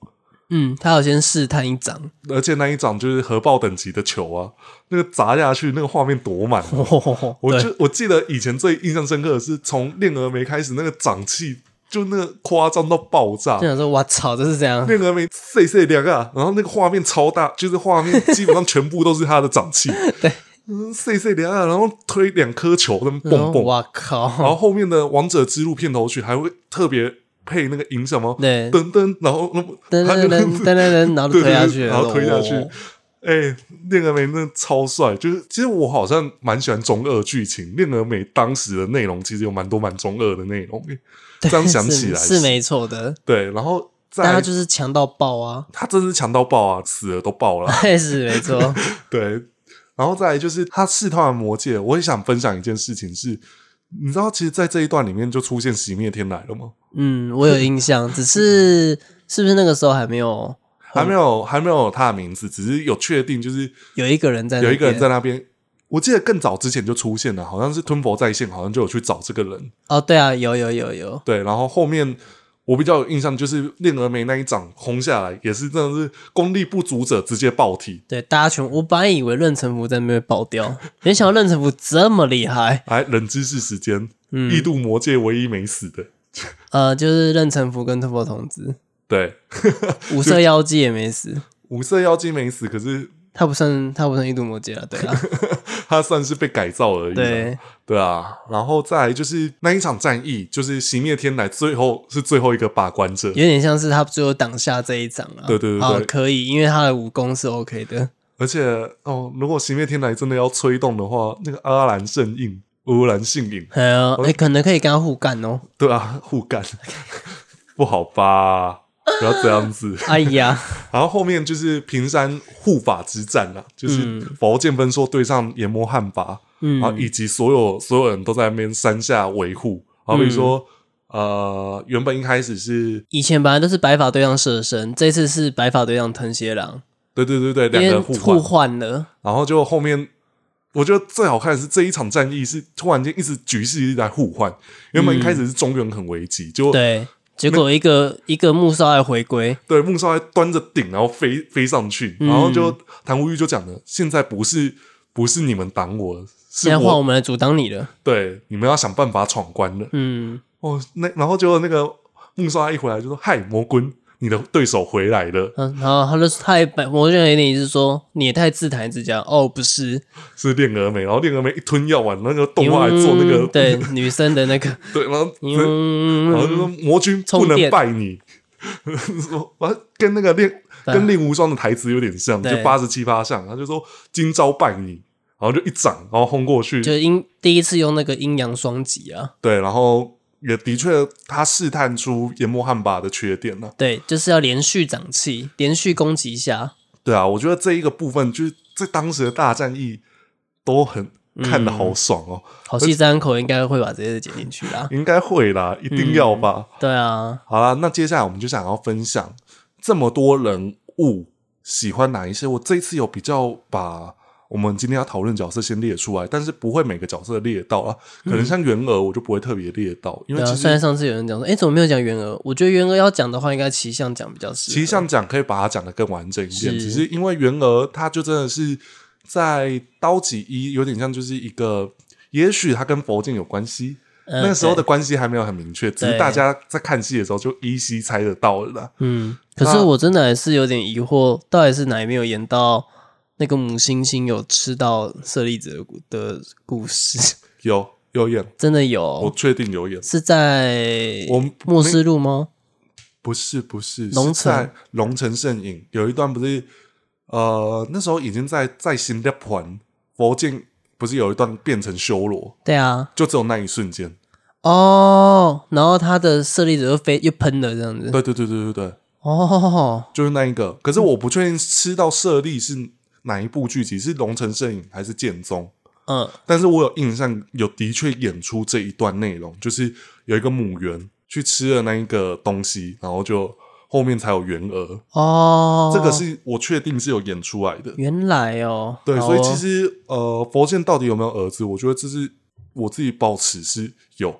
Speaker 2: 他有先试探一掌，
Speaker 1: 而且那一掌就是核爆等级的球啊，那个砸下去，那个画面多满、我记得以前最印象深刻的是从恋峨眉开始，那个掌气就那个夸张到爆炸，
Speaker 2: 就想说，我操，这是这样。
Speaker 1: 恋峨眉碎两个，然后那个画面超大，就是画面基本上全部都是他的掌气，
Speaker 2: 对，
Speaker 1: 碎两个，然后推2颗球，那么蹦蹦，
Speaker 2: 哇靠！
Speaker 1: 然后后面的王者之路片头曲还会特别配那个音什么，
Speaker 2: 对，
Speaker 1: 噔噔，然后
Speaker 2: 噔，然后推下去，
Speaker 1: 然后推下去。恋峨眉那超帅，就是其实我好像蛮喜欢中二剧情。恋峨眉当时的内容其实有蛮多蛮中二的内容，这样想起来
Speaker 2: 是没错的。
Speaker 1: 对，然后
Speaker 2: 但他就是强到爆啊！
Speaker 1: 他真是强到爆啊，死了都爆了，
Speaker 2: 是没错。
Speaker 1: 对，然后再来就是他试探完魔戒，我也想分享一件事情是。你知道，其实，在这一段里面就出现熄灭天来了吗？
Speaker 2: 我有印象，只是是不是那个时候还没有
Speaker 1: 他的名字，只是有确定，就是
Speaker 2: 有一个人在
Speaker 1: 那边。我记得更早之前就出现了，好像是吞佛在线，好像就有去找这个人。
Speaker 2: 哦，对啊，有。
Speaker 1: 对，然后后面我比较有印象，就是恋峨眉那一掌轰下来，也是真的是功力不足者直接爆体。
Speaker 2: 对，大家我本来以为任城福在那边爆掉，没想到任城福这么厉害。
Speaker 1: 冷知识时间，异度魔界唯一没死的，
Speaker 2: 就是任城福跟吞佛童子。
Speaker 1: 对，
Speaker 2: 五色妖姬也没死，
Speaker 1: 五色妖姬没死，可是
Speaker 2: 他不算异度魔界了，对啊，
Speaker 1: 他算是被改造而已，对啊，然后再来就是那一场战役，就是熄灭天来最后一个把关者，
Speaker 2: 有点像是他最后挡下这一掌啊，
Speaker 1: 对，
Speaker 2: 可以，因为他的武功是 OK 的，
Speaker 1: 而且如果熄灭天来真的要催动的话，那个阿兰圣印、乌兰信影，
Speaker 2: 可能可以跟他互干哦，
Speaker 1: 对啊，互干不好吧？不要这样子，
Speaker 2: 哎呀！
Speaker 1: 然后后面就是平山护法之战啦，就是佛剑分说对上研磨汉拔，然后以及所有人都在那边山下维护，好比说原本一开始是
Speaker 2: 以前本来都是白发对上蛇神，这次是白发对上藤蝎郎，
Speaker 1: 对，两个
Speaker 2: 互换了，
Speaker 1: 然后就后面。我觉得最好看的是这一场战役是突然间局势一直在互换，原本一开始是中原很危急，
Speaker 2: 对。结果一个木少爱回归，
Speaker 1: 对，木少爱端着顶然后飞上去，然后就谭无欲就讲了，现在不是你们挡我，
Speaker 2: 现在换我们来阻挡你了，
Speaker 1: 对，你们要想办法闯关了。然后结果那个木少爱一回来就说：“嗨，魔君，你的对手回来了。”
Speaker 2: 然后魔君有点意思说：“你也太自弹自家。”哦，不是，
Speaker 1: 是恋峨眉，然后恋峨眉一吞药丸，那个动画还做那个
Speaker 2: 对女生的那个
Speaker 1: 对，然后就说魔君不能败你，跟那个跟令无双的台词有点像，就87%像，他就说今朝败你，然后就一掌，然后轰过去，
Speaker 2: 就第一次用那个阴阳双击啊，
Speaker 1: 对，然后。也的确，他试探出研磨汉拔的缺点了。
Speaker 2: 对，就是要连续掌气，连续攻击一下。
Speaker 1: 对啊，我觉得这一个部分，就是在当时的大战役都很看得好爽哦。
Speaker 2: 好戏三口应该会把这些剪进去啦，
Speaker 1: 应该会啦，一定要吧。
Speaker 2: 对啊，
Speaker 1: 好啦，那接下来我们就想要分享这么多人物喜欢哪一些。我这一次有比较把。我们今天要讨论角色先列出来，但是不会每个角色列到啊。可能像元娥，我就不会特别列到，因为其实
Speaker 2: 虽然上次有人讲说，怎么没有讲元娥？我觉得元娥要讲的话，应该骑象讲比较适合。
Speaker 1: 骑象讲可以把它讲得更完整一点，只是因为元娥她就真的是在刀戟一有点像就是一个，也许她跟佛剑有关系。那个时候的关系还没有很明确，只是大家在看戏的时候就依稀猜得到了啦。
Speaker 2: 可是我真的还是有点疑惑，到底是哪一边有演到？那个母猩猩有吃到舍利子的故事，
Speaker 1: 有演，
Speaker 2: 真的有，
Speaker 1: 我确定有演，
Speaker 2: 是在末世录吗？
Speaker 1: 不是，是在龙城圣影有一段不是那时候已经在新的团佛剑不是有一段变成修罗，
Speaker 2: 对啊，
Speaker 1: 就只有那一瞬间
Speaker 2: 然后他的舍利子又喷了这样子，
Speaker 1: 对，就是那一个，可是我不确定吃到舍利是。哪一部剧集是龙城圣影还是剑宗？但是我有印象，有的确演出这一段内容，就是有一个母猿去吃了那一个东西，然后就后面才有元娥。这个是我确定是有演出来的。
Speaker 2: 原来
Speaker 1: 对，所以其实佛剑到底有没有儿子？我觉得这是我自己抱持是有，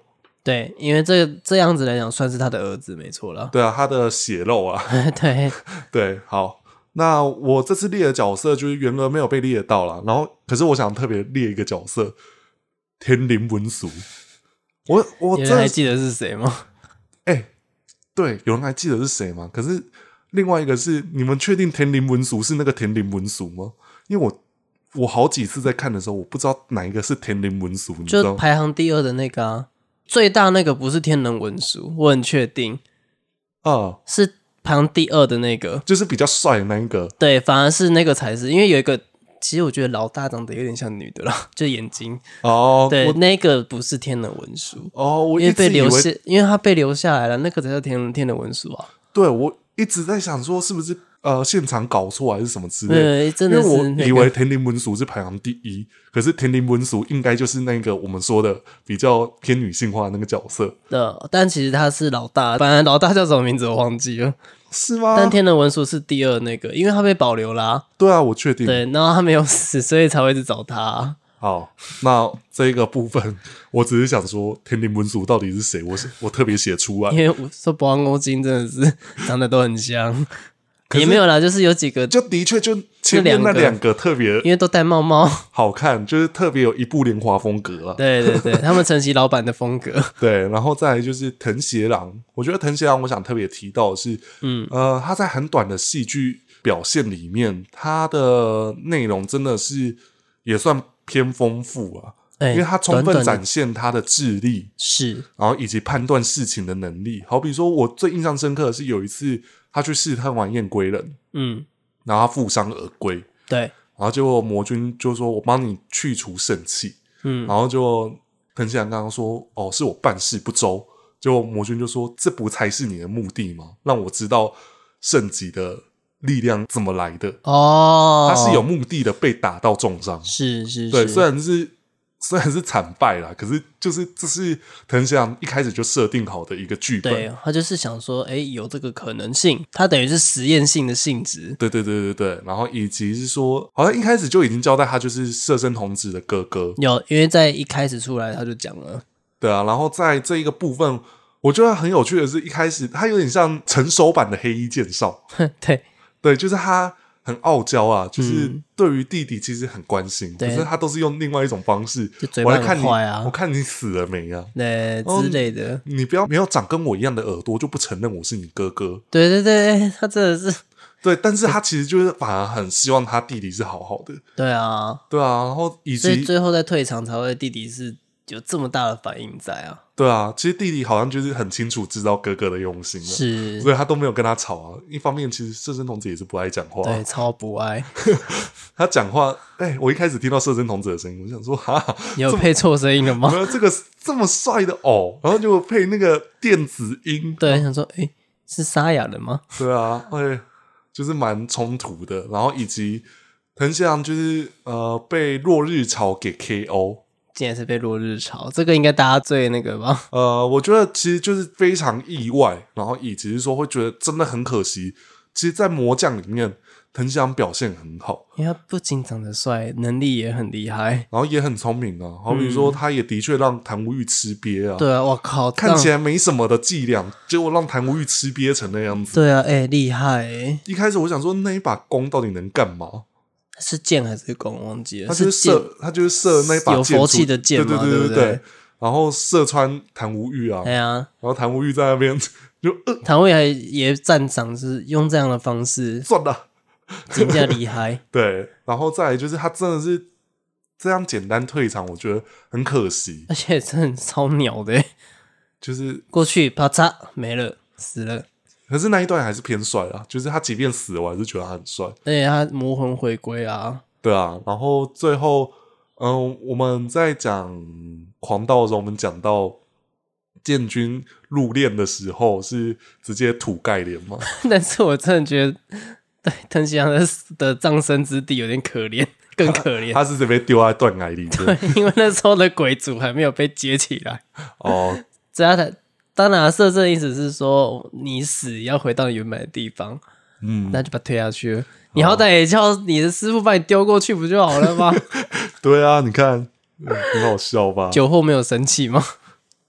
Speaker 2: 对，因为这样子来讲算是他的儿子没错啦。
Speaker 1: 对啊，他的血肉啊。
Speaker 2: 对
Speaker 1: 对，好，那我这次列的角色就是元儿没有被列到啦，然后可是我想特别列一个角色天灵文俗。我
Speaker 2: 有人还记得是谁吗？
Speaker 1: 对，有人还记得是谁吗？可是另外一个是，你们确定天灵文俗是那个天灵文俗吗？因为我好几次在看的时候，我不知道哪一个是天灵文俗，你知道吗？
Speaker 2: 就排行第2的那个啊，最大那个不是天人文书，我很确定是排行第2的那个，
Speaker 1: 就是比较帅的那一个。
Speaker 2: 对，反而是那个才是，因为有一个，其实我觉得老大长得有点像女的啦，就眼睛对，那个不是天人文书
Speaker 1: 我
Speaker 2: 因为被留下，因为他被留下来了，那个才叫天人文书啊。
Speaker 1: 对，我一直在想说是不是现场搞错还是什么之类的，
Speaker 2: 对，真的是
Speaker 1: 因为我以为天灵文俗是排行第1，可是天灵文俗应该就是那个我们说的比较偏女性化的那个角色。
Speaker 2: 但其实他是老大，反正老大叫什么名字我忘记了。
Speaker 1: 是吗？
Speaker 2: 但天人文书是第2那个，因为他被保留啦。
Speaker 1: 对啊，我确定。
Speaker 2: 对，然后他没有死，所以才会一直找他。
Speaker 1: 好，那这个部分，我只是想说，天灵文俗到底是谁？我特别写出来，
Speaker 2: 因为我说博安欧金真的是长得都很像，也没有啦，就是有几个，
Speaker 1: 就的确就前面那两个特别，
Speaker 2: 因为都戴帽帽，
Speaker 1: 好看，就是特别有一部莲花风格啊。
Speaker 2: 对对对，他们承袭老板的风格。
Speaker 1: 对，然后再来就是藤胁郎，我觉得藤胁郎，我想特别提到的是，他在很短的戏剧表现里面，他的内容真的是也算偏丰富啊。因为他充分展现他的智力，
Speaker 2: 是，然
Speaker 1: 后以及判断事情的能力。好比说，我最印象深刻的是有一次他去试探完燕归人，然后他负伤而归，
Speaker 2: 对，
Speaker 1: 然后结果魔君就说：“我帮你去除肾气。”然后就藤胁郎刚刚说：“哦，是我办事不周。”结果魔君就说：“这不才是你的目的吗？让我知道圣级的力量怎么来的。”他是有目的的被打到重伤，
Speaker 2: 是，
Speaker 1: 对，虽然是惨败啦，可是就是这是藤胁郎一开始就设定好的一个剧本，
Speaker 2: 对，他就是想说，有这个可能性，他等于是实验性的性质，
Speaker 1: 对，然后以及是说，好像一开始就已经交代他就是摄生童子的哥哥，
Speaker 2: 有，因为在一开始出来他就讲了，
Speaker 1: 对啊，然后在这一个部分，我觉得很有趣的是，一开始他有点像成熟版的黑衣剑少，对，就是他很傲娇啊，就是对于弟弟其实很关心，可是他都是用另外一种方式，
Speaker 2: 就嘴巴很坏啊，
Speaker 1: 我看你死了没啊，
Speaker 2: 对之类的，
Speaker 1: 你不要没有长跟我一样的耳朵就不承认我是你哥哥，
Speaker 2: 对，他真的是，
Speaker 1: 对，但是他其实就是反而很希望他弟弟是好好的，对啊，然后以及
Speaker 2: 所以最后在退场才会弟弟是有这么大的反应在啊。
Speaker 1: 对啊，其实弟弟好像就是很清楚知道哥哥的用心了，
Speaker 2: 是，
Speaker 1: 所以他都没有跟他吵啊。一方面，其实摄生童子也是不爱讲话，
Speaker 2: 对，超不爱。
Speaker 1: 他讲话，我一开始听到摄生童子的声音，我想说，哈，
Speaker 2: 你有配错声音了吗？
Speaker 1: 这个这么帅的然后就配那个电子音，
Speaker 2: 对，想说，是沙哑的吗？
Speaker 1: 对啊，就是蛮冲突的。然后以及藤胁郎就是被落日潮给 KO。
Speaker 2: 竟然是被落日潮，这个应该大家最那个吧？
Speaker 1: 我觉得其实就是非常意外，然后以及是说会觉得真的很可惜。其实，在魔将里面，藤胁郎表现很好，
Speaker 2: 因为他不仅长得帅，能力也很厉害，
Speaker 1: 然后也很聪明啊。好比说，他也的确让谭无欲吃瘪啊。
Speaker 2: 对啊，我靠，
Speaker 1: 看起来没什么的伎俩，结果让谭无欲吃瘪成那样子。
Speaker 2: 对啊，厉害
Speaker 1: 一开始我想说，那一把弓到底能干嘛？
Speaker 2: 是剑还是弓？忘记了。
Speaker 1: 他就是射那把
Speaker 2: 有佛气的剑嘛，对不对？
Speaker 1: 然后射穿谭无欲啊，
Speaker 2: 对啊。
Speaker 1: 然后谭无欲在那边就
Speaker 2: 谭无欲也赞赏是用这样的方式，
Speaker 1: 算了，
Speaker 2: 真的厉害。
Speaker 1: 对，然后再来就是他真的是这样简单退场，我觉得很可惜，
Speaker 2: 而且真的超鸟的，
Speaker 1: 就是
Speaker 2: 过去啪嚓没了，死了。
Speaker 1: 可是那一段还是偏帅啊，就是他即便死了，我还是觉得他很帅。
Speaker 2: 而且他魔魂回归啊，
Speaker 1: 对啊。然后最后，我们在讲狂道的时候，我们讲到建军入殓的时候是直接土盖脸吗？
Speaker 2: 但是我真的觉得，对藤胁郎的葬身之地有点可怜，更可怜。
Speaker 1: 他是直接丢在断崖里，
Speaker 2: 对，因为那时候的鬼主还没有被接起来。这样才。当然，摄政的意思是说，你死要回到原本的地方，那就把它推下去了。你好歹也叫你的师傅把你丢过去，不就好了吗？
Speaker 1: 对啊，你看，很好笑吧？
Speaker 2: 酒后没有生气吗？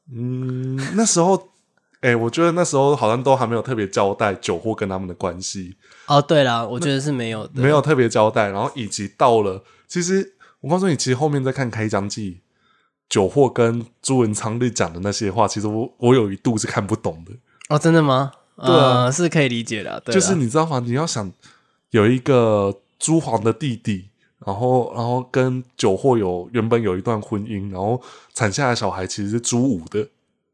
Speaker 1: 那时候我觉得那时候好像都还没有特别交代酒货跟他们的关系。
Speaker 2: 哦，对啦，我觉得是没有的，
Speaker 1: 没有特别交代，然后以及到了，其实我告诉你，其实后面再看开疆记，酒货跟朱文昌日讲的那些话，其实我有一度是看不懂的。
Speaker 2: 哦，真的吗？
Speaker 1: 对啊，
Speaker 2: 是可以理解的，对，
Speaker 1: 就是你知道吗？你要想有一个朱黄的弟弟，然后跟酒货原本有一段婚姻，然后产下的小孩其实是朱武的。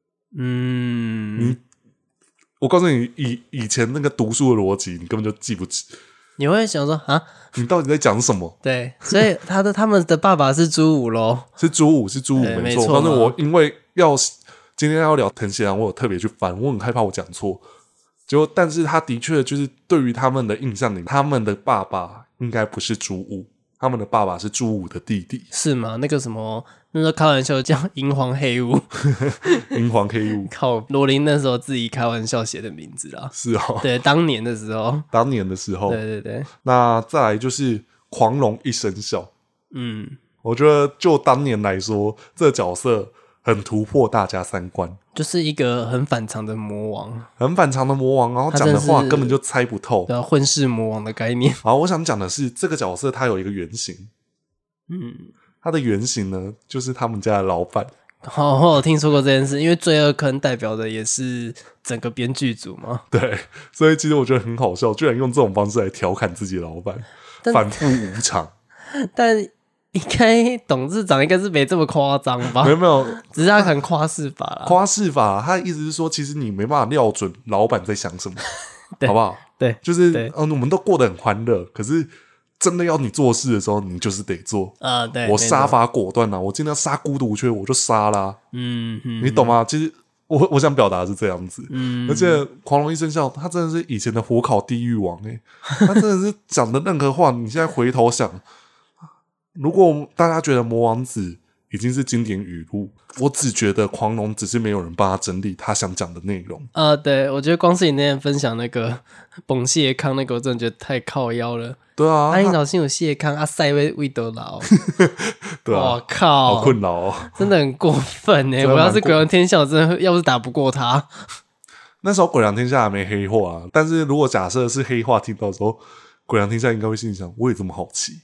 Speaker 1: 我告诉你，以前那个读书的逻辑，你根本就记不起。
Speaker 2: 你会想说啊，
Speaker 1: 你到底在讲什么？
Speaker 2: 对，所以他们的爸爸是朱武咯，
Speaker 1: 是朱武，没错。反正我因为今天要聊藤胁良，我有特别去翻，我很害怕我讲错。但是他的确就是对于他们的印象里，他们的爸爸应该不是朱武，他们的爸爸是朱武的弟弟，
Speaker 2: 是吗？那个什么，那时候开玩笑叫银黄黑雾，
Speaker 1: 银黄黑雾，
Speaker 2: 靠，罗琳那时候自己开玩笑写的名字啦。
Speaker 1: 是哦，
Speaker 2: 对，当年的时候，对对对。
Speaker 1: 那再来就是狂龙一声笑，我觉得就当年来说，这角色很突破大家三观，
Speaker 2: 就是一个很反常的魔王，
Speaker 1: 然后讲的话根本就猜不透，
Speaker 2: 对啊，混世魔王的概念。
Speaker 1: 好，我想讲的是这个角色他有一个原型，他的原型呢就是他们家的老板。
Speaker 2: 我有听说过这件事，因为罪恶坑代表的也是整个编剧组嘛。
Speaker 1: 对，所以其实我觉得很好笑，居然用这种方式来调侃自己的老板，反复无常。
Speaker 2: 但应该董事长应该是没这么夸张吧？
Speaker 1: 没有，
Speaker 2: 只是他可能夸饰法啦。
Speaker 1: 夸饰法，他的意思是说，其实你没办法料准老板在想什么，好不好？
Speaker 2: 对，
Speaker 1: 就是我们都过得很欢乐，可是真的要你做事的时候，你就是得做。
Speaker 2: 对，
Speaker 1: 我杀伐果断啊，我今天要杀孤独雀，我就杀啦。你懂吗？其实我想表达的是这样子。而且狂龙一声笑，他真的是以前的火烤地狱王他真的是讲的任何话，你现在回头想。如果大家觉得魔王子已经是经典语录，我只觉得狂龙只是没有人帮他整理他想讲的内容。
Speaker 2: 对，我觉得光是你那天分享那个崩谢康那个，我真的觉得太靠腰了。
Speaker 1: 对啊，
Speaker 2: 阿英老师有谢康，塞位得劳，
Speaker 1: 对啊，
Speaker 2: 我靠，
Speaker 1: 好困扰哦，
Speaker 2: 真的很过分我要是鬼王天下，我真的要是打不过他。
Speaker 1: 那时候鬼王天下还没黑化但是如果假设是黑化，听到的时候，鬼王天下应该会心里想：我也这么好奇。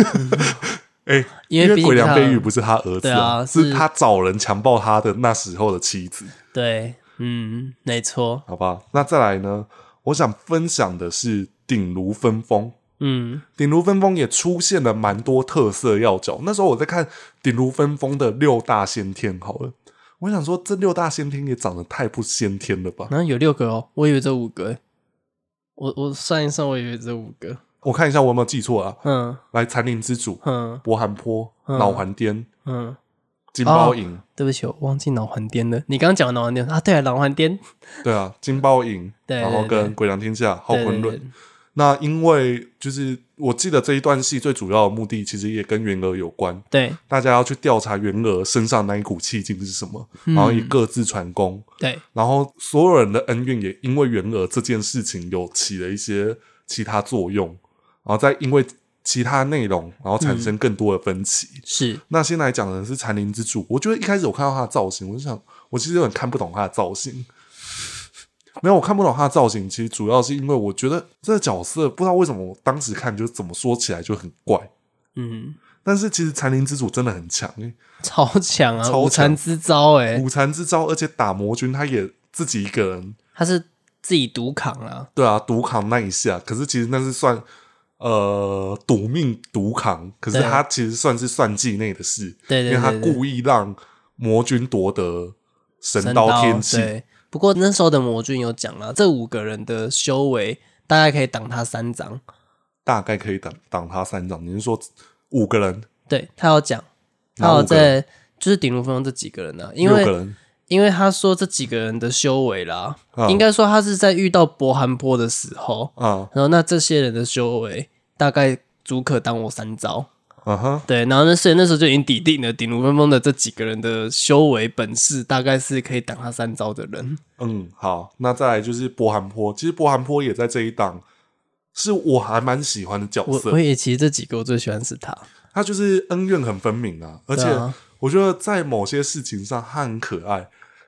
Speaker 1: 因为鬼良飞羽不是他儿子是他找人强暴他的那时候的妻子。
Speaker 2: 对，没错。
Speaker 1: 好吧，那再来呢？我想分享的是鼎炉分封。鼎炉分封也出现了蛮多特色要角。那时候我在看鼎炉分封的6大先天，好了，我想说这6大先天也长得太不先天了吧？
Speaker 2: 有6个哦，我以为这5个。我算一算，我以为这5个。
Speaker 1: 我看一下我有没有记错啊？来，残灵之主，博寒坡，脑环颠，金包银。
Speaker 2: 对不起，我忘记脑环颠了。你刚刚讲的脑环颠啊？对啊，脑环颠。
Speaker 1: 对啊，金包银，然后跟鬼良天下、浩昆仑。那因为就是我记得这一段戏最主要的目的，其实也跟元娥有关。
Speaker 2: 对，
Speaker 1: 大家要去调查元娥身上那一股气劲是什么，然后以各自传功。
Speaker 2: 对，
Speaker 1: 然后所有人的恩怨也因为元娥这件事情有起了一些其他作用，然后再因为其他内容，然后产生更多的分歧。
Speaker 2: 是，
Speaker 1: 那先来讲的是残灵之主。我觉得一开始我看到他的造型，我就想，我其实有点看不懂他的造型。没有，我看不懂他的造型，其实主要是因为我觉得这个角色不知道为什么我当时看就怎么说起来就很怪。但是其实残灵之主真的很强
Speaker 2: 超强啊，五残之招
Speaker 1: 五残之招，而且打魔君他也自己一个人，
Speaker 2: 他是自己独扛啊。
Speaker 1: 对啊，独扛那一下，可是其实那是算赌命独扛，可是他其实算是算计内的事。
Speaker 2: 对，因
Speaker 1: 为他故意让魔君夺得神刀天气。
Speaker 2: 对，不过那时候的魔君有讲啦，这5个人的修为大概可以挡他3掌，
Speaker 1: 大概可以挡他3掌。你是说5个人？
Speaker 2: 对，他有讲，他有在就是鼎炉分封这几个人啊，因为
Speaker 1: 6个人。
Speaker 2: 因为他说这几个人的修为啦，应该说他是在遇到博寒坡的时候，然后那这些人的修为大概足可挡我3招。对，然后所以那时候就已经底定了鼎炉分封的这几个人的修为本事大概是可以挡他3招的人。
Speaker 1: 好，那再来就是博寒坡。其实博寒坡也在这一档，是我还蛮喜欢的角色。
Speaker 2: 我也其实这几个我最喜欢是他，
Speaker 1: 他就是恩怨很分明啊，而且我觉得在某些事情上他很可爱。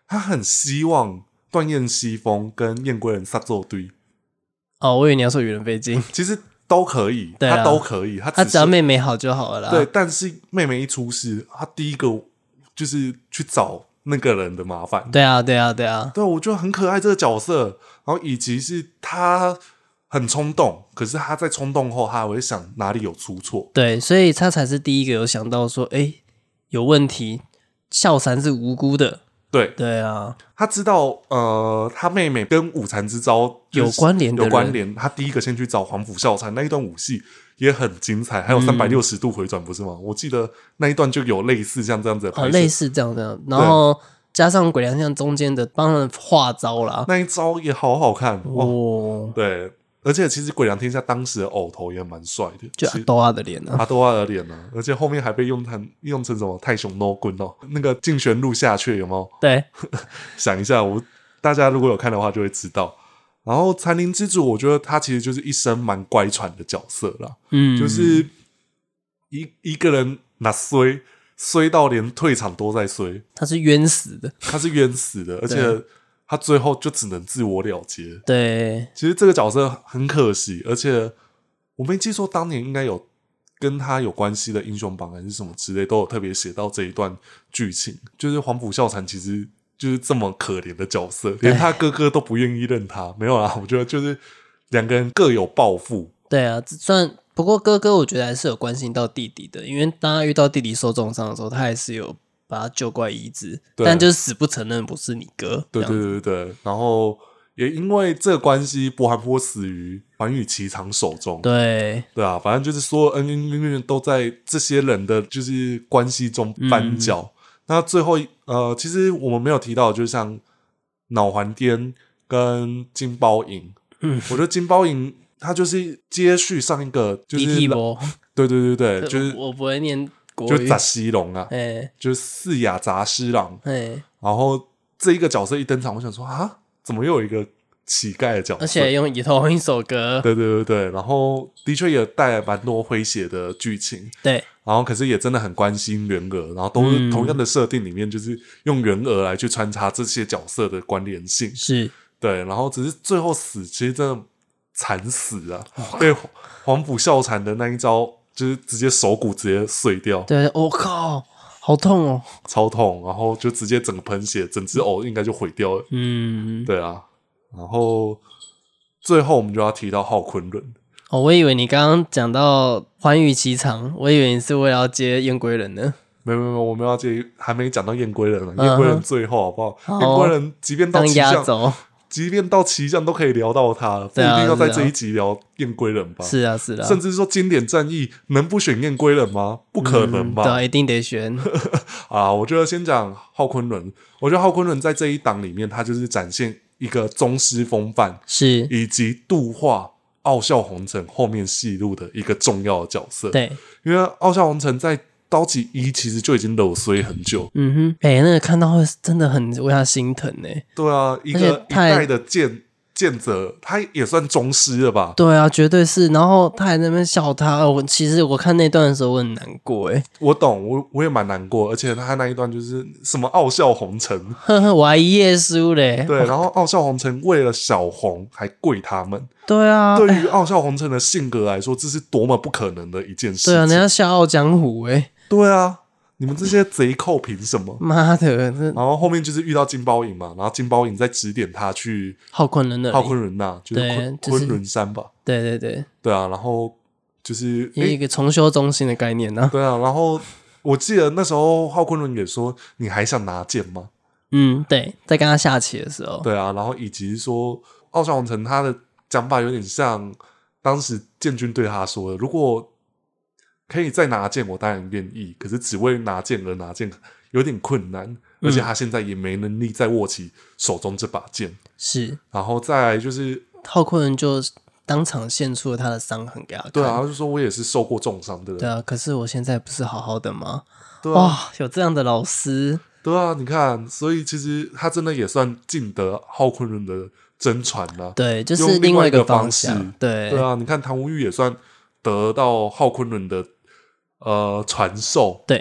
Speaker 1: 他很希望段彦西风跟燕归人杀作对。
Speaker 2: 哦，我以为你要说羽人飞进，
Speaker 1: 其实都可以，他都可以，
Speaker 2: 他只要妹妹好就好了啦。
Speaker 1: 对，但是妹妹一出事，他第一个就是去找那个人的麻烦。
Speaker 2: 对啊，对，
Speaker 1: 我觉得很可爱这个角色，然后以及是他很冲动，可是他在冲动后，他还会想哪里有出错。
Speaker 2: 对，所以他才是第一个有想到说，有问题，孝禅是无辜的。对啊，
Speaker 1: 他知道他妹妹跟五禅之招
Speaker 2: 有关联的人，
Speaker 1: 有关联，他第一个先去找皇甫孝禅，那一段武戏也很精彩，还有360度回转，不是吗？我记得那一段就有类似像这样子的拍摄，
Speaker 2: 类似这样的，然后加上鬼良像中间的帮他们化招啦，
Speaker 1: 那一招也好好看哦。对。而且其实鬼良天下当时的偶头也蛮帅的，
Speaker 2: 就阿多阿的脸啊，
Speaker 1: 阿多阿的脸啊，而且后面还被用成什么太雄 no 棍哦，那个竞选路下阙有没有？
Speaker 2: 对，
Speaker 1: 想一下，大家如果有看的话就会知道。然后残灵之主，我觉得他其实就是一生蛮乖舛的角色啦，就是一个人那衰到连退场都在衰，
Speaker 2: 他是冤死的，
Speaker 1: 而且。他最后就只能自我了结。
Speaker 2: 对，
Speaker 1: 其实这个角色很可惜，而且我没记错，当年应该有跟他有关系的英雄榜还是什么之类，都有特别写到这一段剧情。就是皇甫孝禅其实就是这么可怜的角色，连他哥哥都不愿意认他。没有啦，我觉得就是两个人各有抱负。
Speaker 2: 对啊，不过哥哥我觉得还是有关心到弟弟的，因为当他遇到弟弟受重伤的时候，他还是有把他救过来医治，但就是死不承认不是你哥。
Speaker 1: 对，然后也因为这个关系，博寒坡死于环宇齐长手中。对啊，反正就是所有恩怨都在这些人的就是关系中翻搅。那最后其实我们没有提到，就像脑环颠跟金包银，我觉得金包银他就是接续上一个就是对，就是
Speaker 2: 我不会念。
Speaker 1: 就杂西龙啊，就是四雅杂师郎，然后这一个角色一登场，我想说啊，怎么又有一个乞丐的角色，
Speaker 2: 而且用同一首歌，
Speaker 1: 对，然后的确也带来蛮多诙谐的剧情，
Speaker 2: 对，
Speaker 1: 然后可是也真的很关心元娥，然后都是同样的设定里面，就是用元娥来去穿插这些角色的关联性，
Speaker 2: 是
Speaker 1: 对，然后只是最后死，其实真的惨死啊，被皇甫孝禅的那一招。就是直接手骨直接碎掉，
Speaker 2: 对，我靠，好痛哦，
Speaker 1: 超痛，然后就直接整个喷血，整只偶应该就毁掉了。对啊，然后最后我们就要提到浩昆仑。
Speaker 2: 哦，我以为你刚刚讲到环宇齐长，我以为你是为了要接燕归人呢。
Speaker 1: 没有，我们要接，还没讲到燕归人呢。燕归人最后好不好？燕归人即便到
Speaker 2: 当压轴。
Speaker 1: 即便到奇将都可以聊到他了，不一定要在这一集聊燕归人吧？
Speaker 2: 是啊，
Speaker 1: 甚至说经典战役能不选燕归人吗？不可能吧？
Speaker 2: 对，一定得选
Speaker 1: 啊！我觉得先讲浩昆仑，我觉得浩昆仑在这一档里面，他就是展现一个宗师风范，
Speaker 2: 是
Speaker 1: 以及度化傲笑红尘后面戏路的一个重要的角色。
Speaker 2: 对，
Speaker 1: 因为傲笑红尘在刀戟一其实就已经揉衰很久，
Speaker 2: 那个看到会真的很为他心疼呢。
Speaker 1: 对啊，一代的剑者，他也算宗师了吧？
Speaker 2: 对啊，绝对是。然后他还在那边笑他，其实我看那段的时候我很难过哎。
Speaker 1: 我懂，我也蛮难过，而且他那一段就是什么傲笑红尘，
Speaker 2: 我还一页书嘞。
Speaker 1: 对，然后傲笑红尘为了小红还跪他们。
Speaker 2: 对啊，
Speaker 1: 对于傲笑红尘的性格来说，这是多么不可能的一件事情。
Speaker 2: 对啊，人家笑傲江湖哎。
Speaker 1: 对啊，你们这些贼寇凭什么？
Speaker 2: 妈的！
Speaker 1: 然后后面就是遇到金包银嘛，然后金包银在指点他去
Speaker 2: 浩昆仑
Speaker 1: 那，就是昆仑山吧？
Speaker 2: 对
Speaker 1: 啊，然后就是
Speaker 2: 一个重修中心的概念呢。
Speaker 1: 对啊，然后我记得那时候浩昆仑也说：“你还想拿剑吗？”
Speaker 2: 对，在跟他下棋的时候，
Speaker 1: 对啊，然后以及说傲笑红尘他的讲法有点像当时建军对他说的：“如果可以再拿剑，我当然愿意。可是只为拿剑而拿剑，有点困难。而且他现在也没能力再握起手中这把剑。
Speaker 2: 是，
Speaker 1: 然后再来就是
Speaker 2: 浩昆仑就当场现出了他的伤痕给他看。
Speaker 1: 对啊，他就说我也是受过重伤的人。
Speaker 2: 对啊，可是我现在不是好好的吗？
Speaker 1: 对啊，
Speaker 2: 哇，有这样的老师。
Speaker 1: 对啊，你看，所以其实他真的也算尽得浩昆仑的真传啦。
Speaker 2: 对，就是另外一个方向。对
Speaker 1: 啊，你看唐无玉也算得到浩昆仑的传授，
Speaker 2: 对，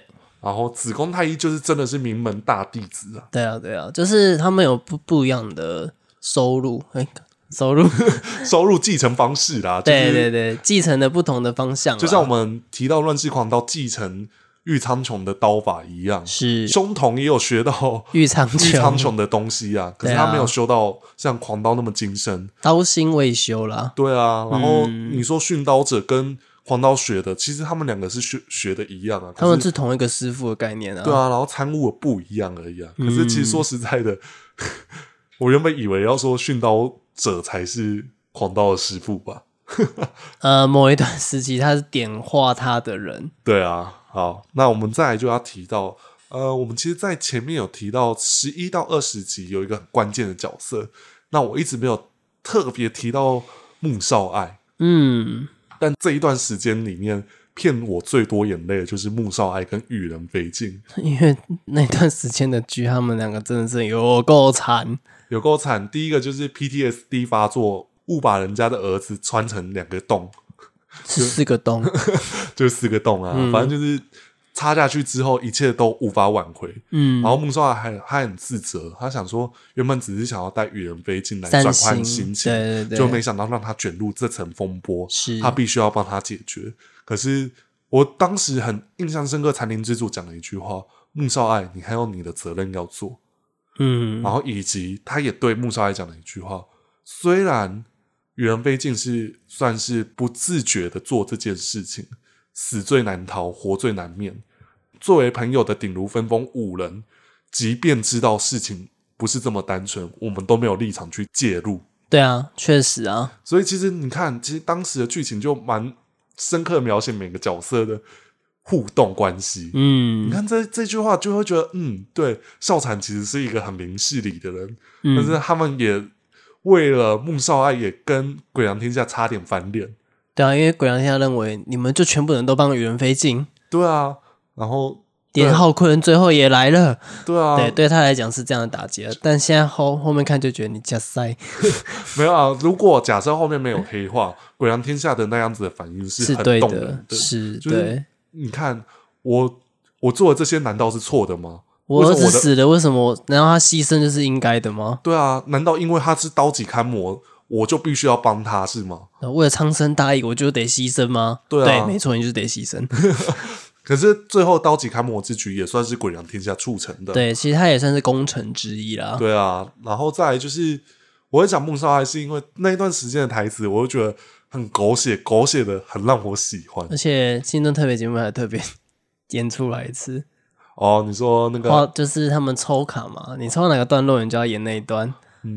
Speaker 1: 然后子宫太一就是真的是名门大弟子啊。
Speaker 2: 对啊，对啊，就是他们有不一样的收入，
Speaker 1: 收入继承方式啦，
Speaker 2: 对对对，继承的不同的方向啦，
Speaker 1: 就像我们提到乱世狂刀继承玉苍穹的刀法一样，
Speaker 2: 是
Speaker 1: 兄童也有学到
Speaker 2: 玉苍
Speaker 1: 穹的东西啊，可是他没有修到像狂刀那么精深，
Speaker 2: 刀心未修啦。
Speaker 1: 对啊，然后你说驯刀者跟狂刀学的，其实他们两个是学的一样啊，
Speaker 2: 他们是同一个师傅的概念啊。
Speaker 1: 对啊，然后参悟的不一样而已啊。可是其实说实在的，我原本以为要说驯刀者才是狂刀的师傅吧。
Speaker 2: 某一段时期他是点化他的人。
Speaker 1: 对啊，好，那我们再来就要提到，我们其实在前面有提到11到20集有一个很关键的角色，那我一直没有特别提到穆少爱。但这一段时间里面骗我最多眼泪的就是穆少爱跟羽人飞进，
Speaker 2: 因为那段时间的剧他们两个真的是有够惨。
Speaker 1: 第一个就是 PTSD 发作，误把人家的儿子穿成2个洞，
Speaker 2: 是4个洞，
Speaker 1: 就是4个洞啊，反正就是插下去之后一切都无法挽回。然后穆少爱还很自责，他想说原本只是想要带羽人飞进来转换心情，
Speaker 2: 对对对，
Speaker 1: 就没想到让他卷入这层风波，
Speaker 2: 是
Speaker 1: 他必须要帮他解决。可是我当时很印象深刻，残灵之主讲了一句话：穆少爱，你还有你的责任要做。然后以及他也对穆少爱讲了一句话：虽然羽人飞进是算是不自觉的做这件事情，死最难逃，活最难免。作为朋友的顶如分封5人，即便知道事情不是这么单纯，我们都没有立场去介入。
Speaker 2: 对啊，确实啊。
Speaker 1: 所以其实你看，其实当时的剧情就蛮深刻描写每个角色的互动关系。你看这句话就会觉得，对，少产其实是一个很明事理的人，但是他们也为了穆少爱也跟鬼狼天下差点翻脸。
Speaker 2: 对啊，因为鬼狼天下认为你们就全部人都帮羽人飞进。
Speaker 1: 对啊，然后
Speaker 2: 连浩坤最后也来了。
Speaker 1: 对啊，
Speaker 2: 对他来讲是这样的打击，但现在后面看就觉得你假塞。
Speaker 1: 没有啊，如果假设后面没有黑化，鬼狼天下的那样子的反应是很动人的，
Speaker 2: 是
Speaker 1: 就是
Speaker 2: 对。
Speaker 1: 你看我做的这些难道是错的吗？
Speaker 2: 我儿子死了，为什么难道他牺牲就是应该的吗？
Speaker 1: 对啊，难道因为他是刀戟勘魔我就必须要帮他是吗？
Speaker 2: 为了苍生大义我就得牺牲吗？
Speaker 1: 对啊，
Speaker 2: 对，没错，你就是得牺牲。
Speaker 1: 可是最后刀戟勘魔之举也算是鬼狼天下促成的，
Speaker 2: 对，其实他也算是功臣之一啦。
Speaker 1: 对啊，然后再来就是我会讲穆少爱是因为那一段时间的台词我就觉得很狗血的很让我喜欢，
Speaker 2: 而且新增特别节目还特别演出来一次。
Speaker 1: 你说那个
Speaker 2: 就是他们抽卡嘛，你抽哪个段落你就要演那一段。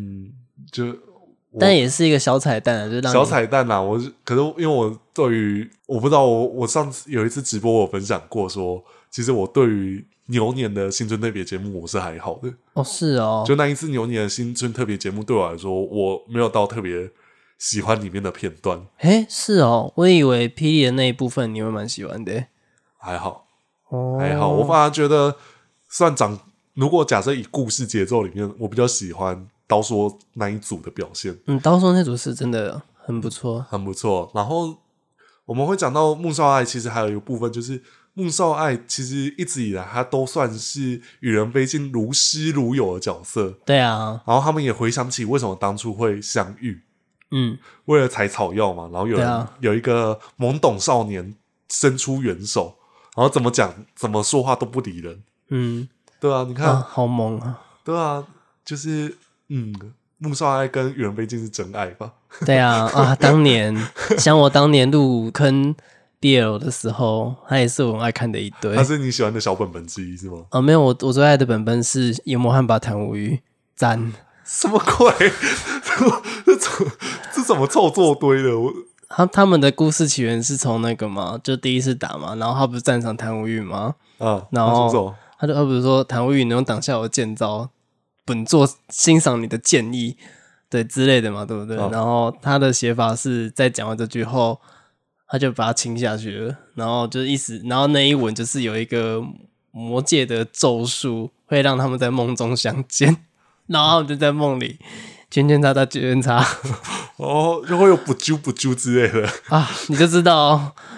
Speaker 2: 但也是一个小彩蛋啊，就是让
Speaker 1: 小彩蛋啦。可是因为我对于我不知道我上次有一次直播我分享过说，其实我对于牛年的新春特别节目我是还好的。
Speaker 2: 是哦，
Speaker 1: 就那一次牛年的新春特别节目对我来说，我没有到特别喜欢里面的片段。
Speaker 2: 是哦，我以为霹雳的那一部分你会蛮喜欢的。
Speaker 1: 还好，我反而觉得如果假设以故事节奏里面，我比较喜欢刀说那一组的表现。
Speaker 2: 刀说那组是真的很不错，
Speaker 1: 很不错。然后我们会讲到穆少爱，其实还有一个部分就是穆少爱其实一直以来他都算是与人飞进如师如友的角色。
Speaker 2: 对啊，
Speaker 1: 然后他们也回想起为什么当初会相遇，为了采草药嘛，然后有一个懵懂少年伸出援手，然后怎么讲怎么说话都不理人。对啊，你看
Speaker 2: 好猛啊。
Speaker 1: 对啊，就是穆少爱跟羽人飞进是真爱吧？
Speaker 2: 对啊，当年像我当年入坑 BL 的时候，他也是我很爱看的一堆。
Speaker 1: 他是你喜欢的小本本之一是吗？
Speaker 2: 没有，我最爱的本本是《炎魔汉把谭无欲》赞。
Speaker 1: 什么鬼？这怎么凑作堆的？
Speaker 2: 他们的故事起源是从那个嘛，就第一次打嘛，然后他不是战场谭无欲吗？然后他不是说谭无欲能用挡下我剑招，本作欣赏你的建议，对之类的嘛，对不对？然后他的写法是在讲完这句后，他就把它亲下去了，然后就然后那一吻就是有一个魔界的咒术，会让他们在梦中相见，然后他们就在梦里圈圈叉叉，就会
Speaker 1: 有不啾不啾之类的
Speaker 2: 你就知道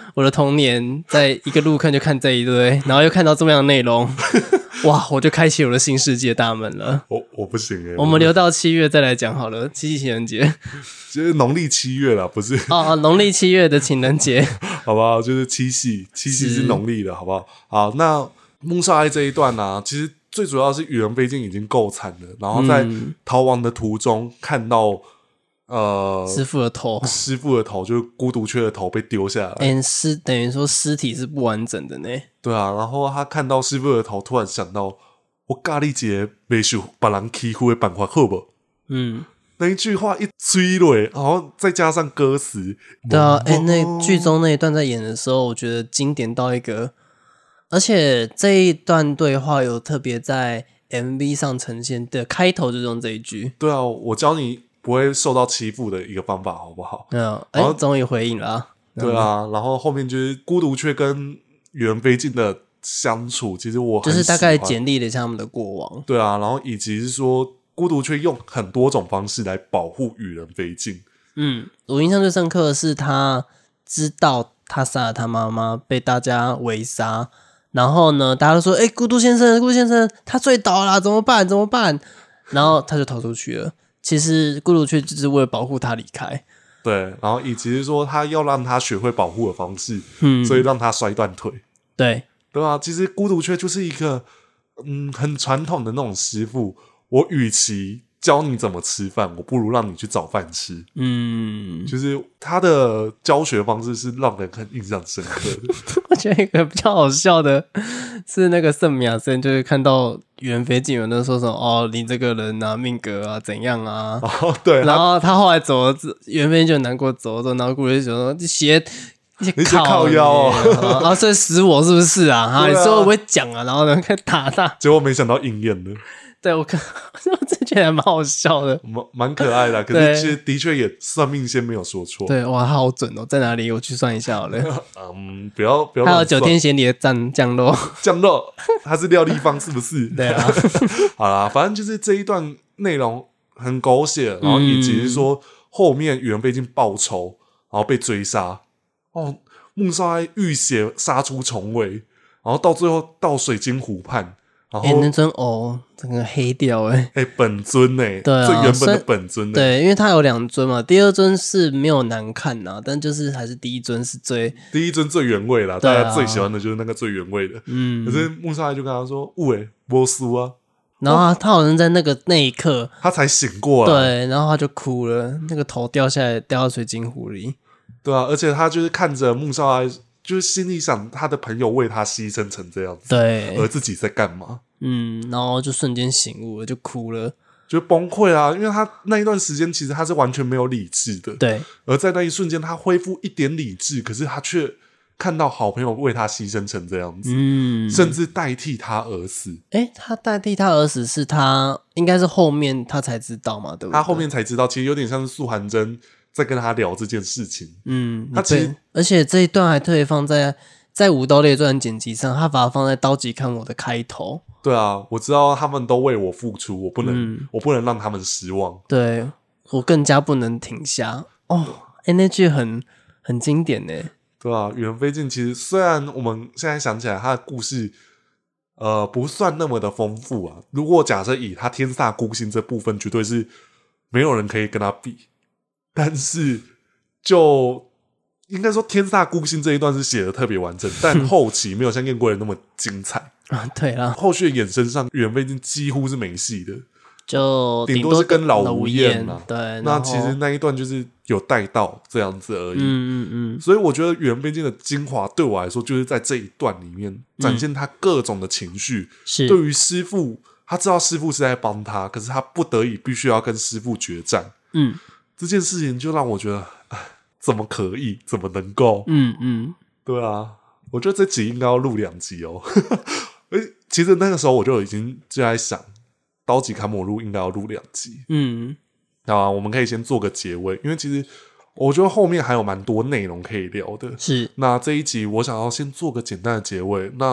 Speaker 2: 我的童年在一个入坑就看这一堆，然后又看到这么样的内容，哇，我就开启我的新世界大门了。
Speaker 1: 我不行
Speaker 2: 我们留到7月再来讲好了，七夕情人节，
Speaker 1: 就是农历7月啦，不是
Speaker 2: 农历7月的情人节，
Speaker 1: 好不好？就是七夕是农历的，好不好？好，那穆少爱这一段呢，其实最主要是羽人飞进已经够惨了，然后在逃亡的途中看到
Speaker 2: 师傅的头
Speaker 1: 就是孤独雀的头被丢下来，
Speaker 2: 等于说尸体是不完整的呢。
Speaker 1: 对啊，然后他看到师傅的头，突然想到我教你一个不受别人欺负的办法好不？那一句话一催落，然后再加上歌词，
Speaker 2: 对啊，那剧中那一段在演的时候，我觉得经典到一个，而且这一段对话有特别在 MV 上呈现的，开头就用这一句。
Speaker 1: 对啊，我教你不会受到欺负的一个方法，好不好？
Speaker 2: 终于回应了啊。
Speaker 1: 对啊，然后后面就是孤独雀跟羽人飞进的相处，其实我很
Speaker 2: 就是大概简历了一下他们的过往。
Speaker 1: 对啊，然后以及是说孤独雀用很多种方式来保护羽人飞进。
Speaker 2: 我印象最深刻的是他知道他杀了他妈妈，被大家围杀，然后呢，大家都说：“孤独先生，他醉倒了，怎么办？”然后他就逃出去了。其实孤独雀只是为了保护他离开。
Speaker 1: 对，然后以及是说他要让他学会保护的方式，所以让他摔断腿。
Speaker 2: 对
Speaker 1: 啊，其实孤独雀就是一个很传统的那种师傅。我与其教你怎么吃饭，我不如让你去找饭吃。就是他的教学方式是让人很印象深刻的。
Speaker 2: 我觉得一个比较好笑的是那个圣米亚森，就是看到羽人飞进有人说什么你这个人啊命格啊怎样啊，
Speaker 1: 对，
Speaker 2: 然后他后来走了，羽人飞进就很难过走，然后顾虑就说
Speaker 1: 你靠腰
Speaker 2: 所以死我是不是啊？你说我不会讲啊，然后呢开始打他，
Speaker 1: 结果没想到应验了。
Speaker 2: 对，我真觉得还蛮好笑的，
Speaker 1: 蛮可爱的。可是其实的确也算命先没有说错。
Speaker 2: 对，哇，好准哦！在哪里？我去算一下好了。
Speaker 1: 不要。
Speaker 2: 还有9天玄里的降落，
Speaker 1: 它是廖立芳是不是？
Speaker 2: 对啊。
Speaker 1: 好啦，反正就是这一段内容很狗血，然后以及是说后面羽人飞进报仇，然后被追杀。穆少爱浴血杀出重围，然后到最后到水晶湖畔。然后
Speaker 2: 那尊整个黑掉
Speaker 1: 本尊对啊，最原本的本尊
Speaker 2: 对，因为他有2尊嘛，第2尊是没有难看啊，但就是还是第一尊是第
Speaker 1: 一尊最原味啦，大家最喜欢的就是那个最原味的。可是穆少爱就跟他说：“没输啊。”
Speaker 2: 然后他好像在那一刻
Speaker 1: 他才醒过来，
Speaker 2: 对，然后他就哭了，那个头掉下来掉到水晶湖里。
Speaker 1: 对啊，而且他就是看着穆少爱。就是心里想他的朋友为他牺牲成这样子，
Speaker 2: 对，
Speaker 1: 而自己在干嘛？
Speaker 2: 然后就瞬间醒悟了，就哭了，
Speaker 1: 就崩溃啊！因为他那一段时间其实他是完全没有理智的，
Speaker 2: 对。
Speaker 1: 而在那一瞬间，他恢复一点理智，可是他却看到好朋友为他牺牲成这样子，甚至代替他而死。
Speaker 2: 他代替他而死是他应该是后面他才知道嘛，对不对？
Speaker 1: 他后面才知道，其实有点像是素还真。在跟他聊这件事情，他其实
Speaker 2: 而且这一段还特别放在武道列传剪辑上，他把它放在刀戟看我的开头。
Speaker 1: 对啊，我知道他们都为我付出，我不能让他们失望。
Speaker 2: 对，我更加不能停下。那句很经典呢。
Speaker 1: 对啊，羽人飞进其实虽然我们现在想起来他的故事，不算那么的丰富啊。如果假设以他天煞孤星这部分，绝对是没有人可以跟他比。但是，就应该说天煞孤星这一段是写的特别完整，但后期没有像燕归人那么精彩
Speaker 2: 啊。对啦，
Speaker 1: 后续的衍生上，羽人飞进几乎是没戏的，
Speaker 2: 就
Speaker 1: 顶多是跟老吴燕啦。
Speaker 2: 对，
Speaker 1: 那其实那一段就是有带到这样子而已。所以我觉得羽人飞进的精华对我来说，就是在这一段里面展现他各种的情绪。
Speaker 2: 是
Speaker 1: 对于师父，他知道师父是在帮他，可是他不得已必须要跟师父决战。这件事情就让我觉得，怎么可以？怎么能够？对啊，我觉得这集应该要录2集哦。其实那个时候我就已经在想，刀戟砍魔录应该要录2集。好，我们可以先做个结尾，因为其实我觉得后面还有蛮多内容可以聊的。
Speaker 2: 是，
Speaker 1: 那这一集我想要先做个简单的结尾。那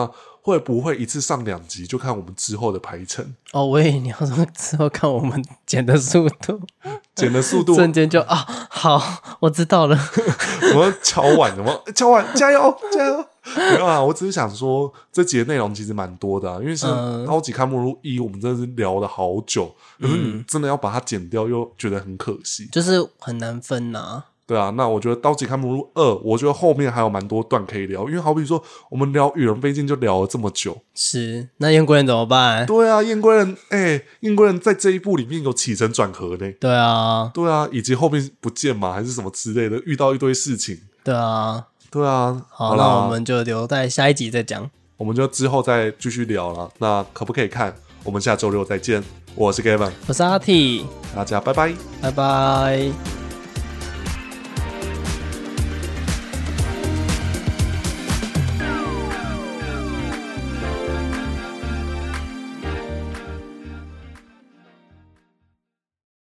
Speaker 1: 会不会一次上2集，就看我们之后的排程。
Speaker 2: 哦，我以为你要说之后看我们剪的速度，
Speaker 1: 剪的速度
Speaker 2: 瞬间就好，我知道了。
Speaker 1: 我们敲碗了吗？敲碗，加油加油！没有啊，我只是想说，这集的内容其实蛮多的啊，因为像高级看目录1，我们真的是聊了好久，可是你真的要把它剪掉，又觉得很可惜，
Speaker 2: 就是很难分啊。
Speaker 1: 对啊，那我觉得刀戟看目录2，我觉得后面还有蛮多段可以聊，因为好比说我们聊羽人飞进就聊了这么久，
Speaker 2: 是，那燕归人怎么办？
Speaker 1: 对啊，燕归人，燕归人在这一部里面有起承转合呢，
Speaker 2: 对啊，
Speaker 1: 对啊，以及后面不见嘛，还是什么之类的，遇到一堆事情，
Speaker 2: 对啊，
Speaker 1: 对啊，
Speaker 2: 好，那我们就留在下一集再讲，
Speaker 1: 我们就之后再继续聊了。那可不可以看？我们下周6再见，我是 Gavin，
Speaker 2: 我是阿 T，
Speaker 1: 大家拜拜，
Speaker 2: 拜拜。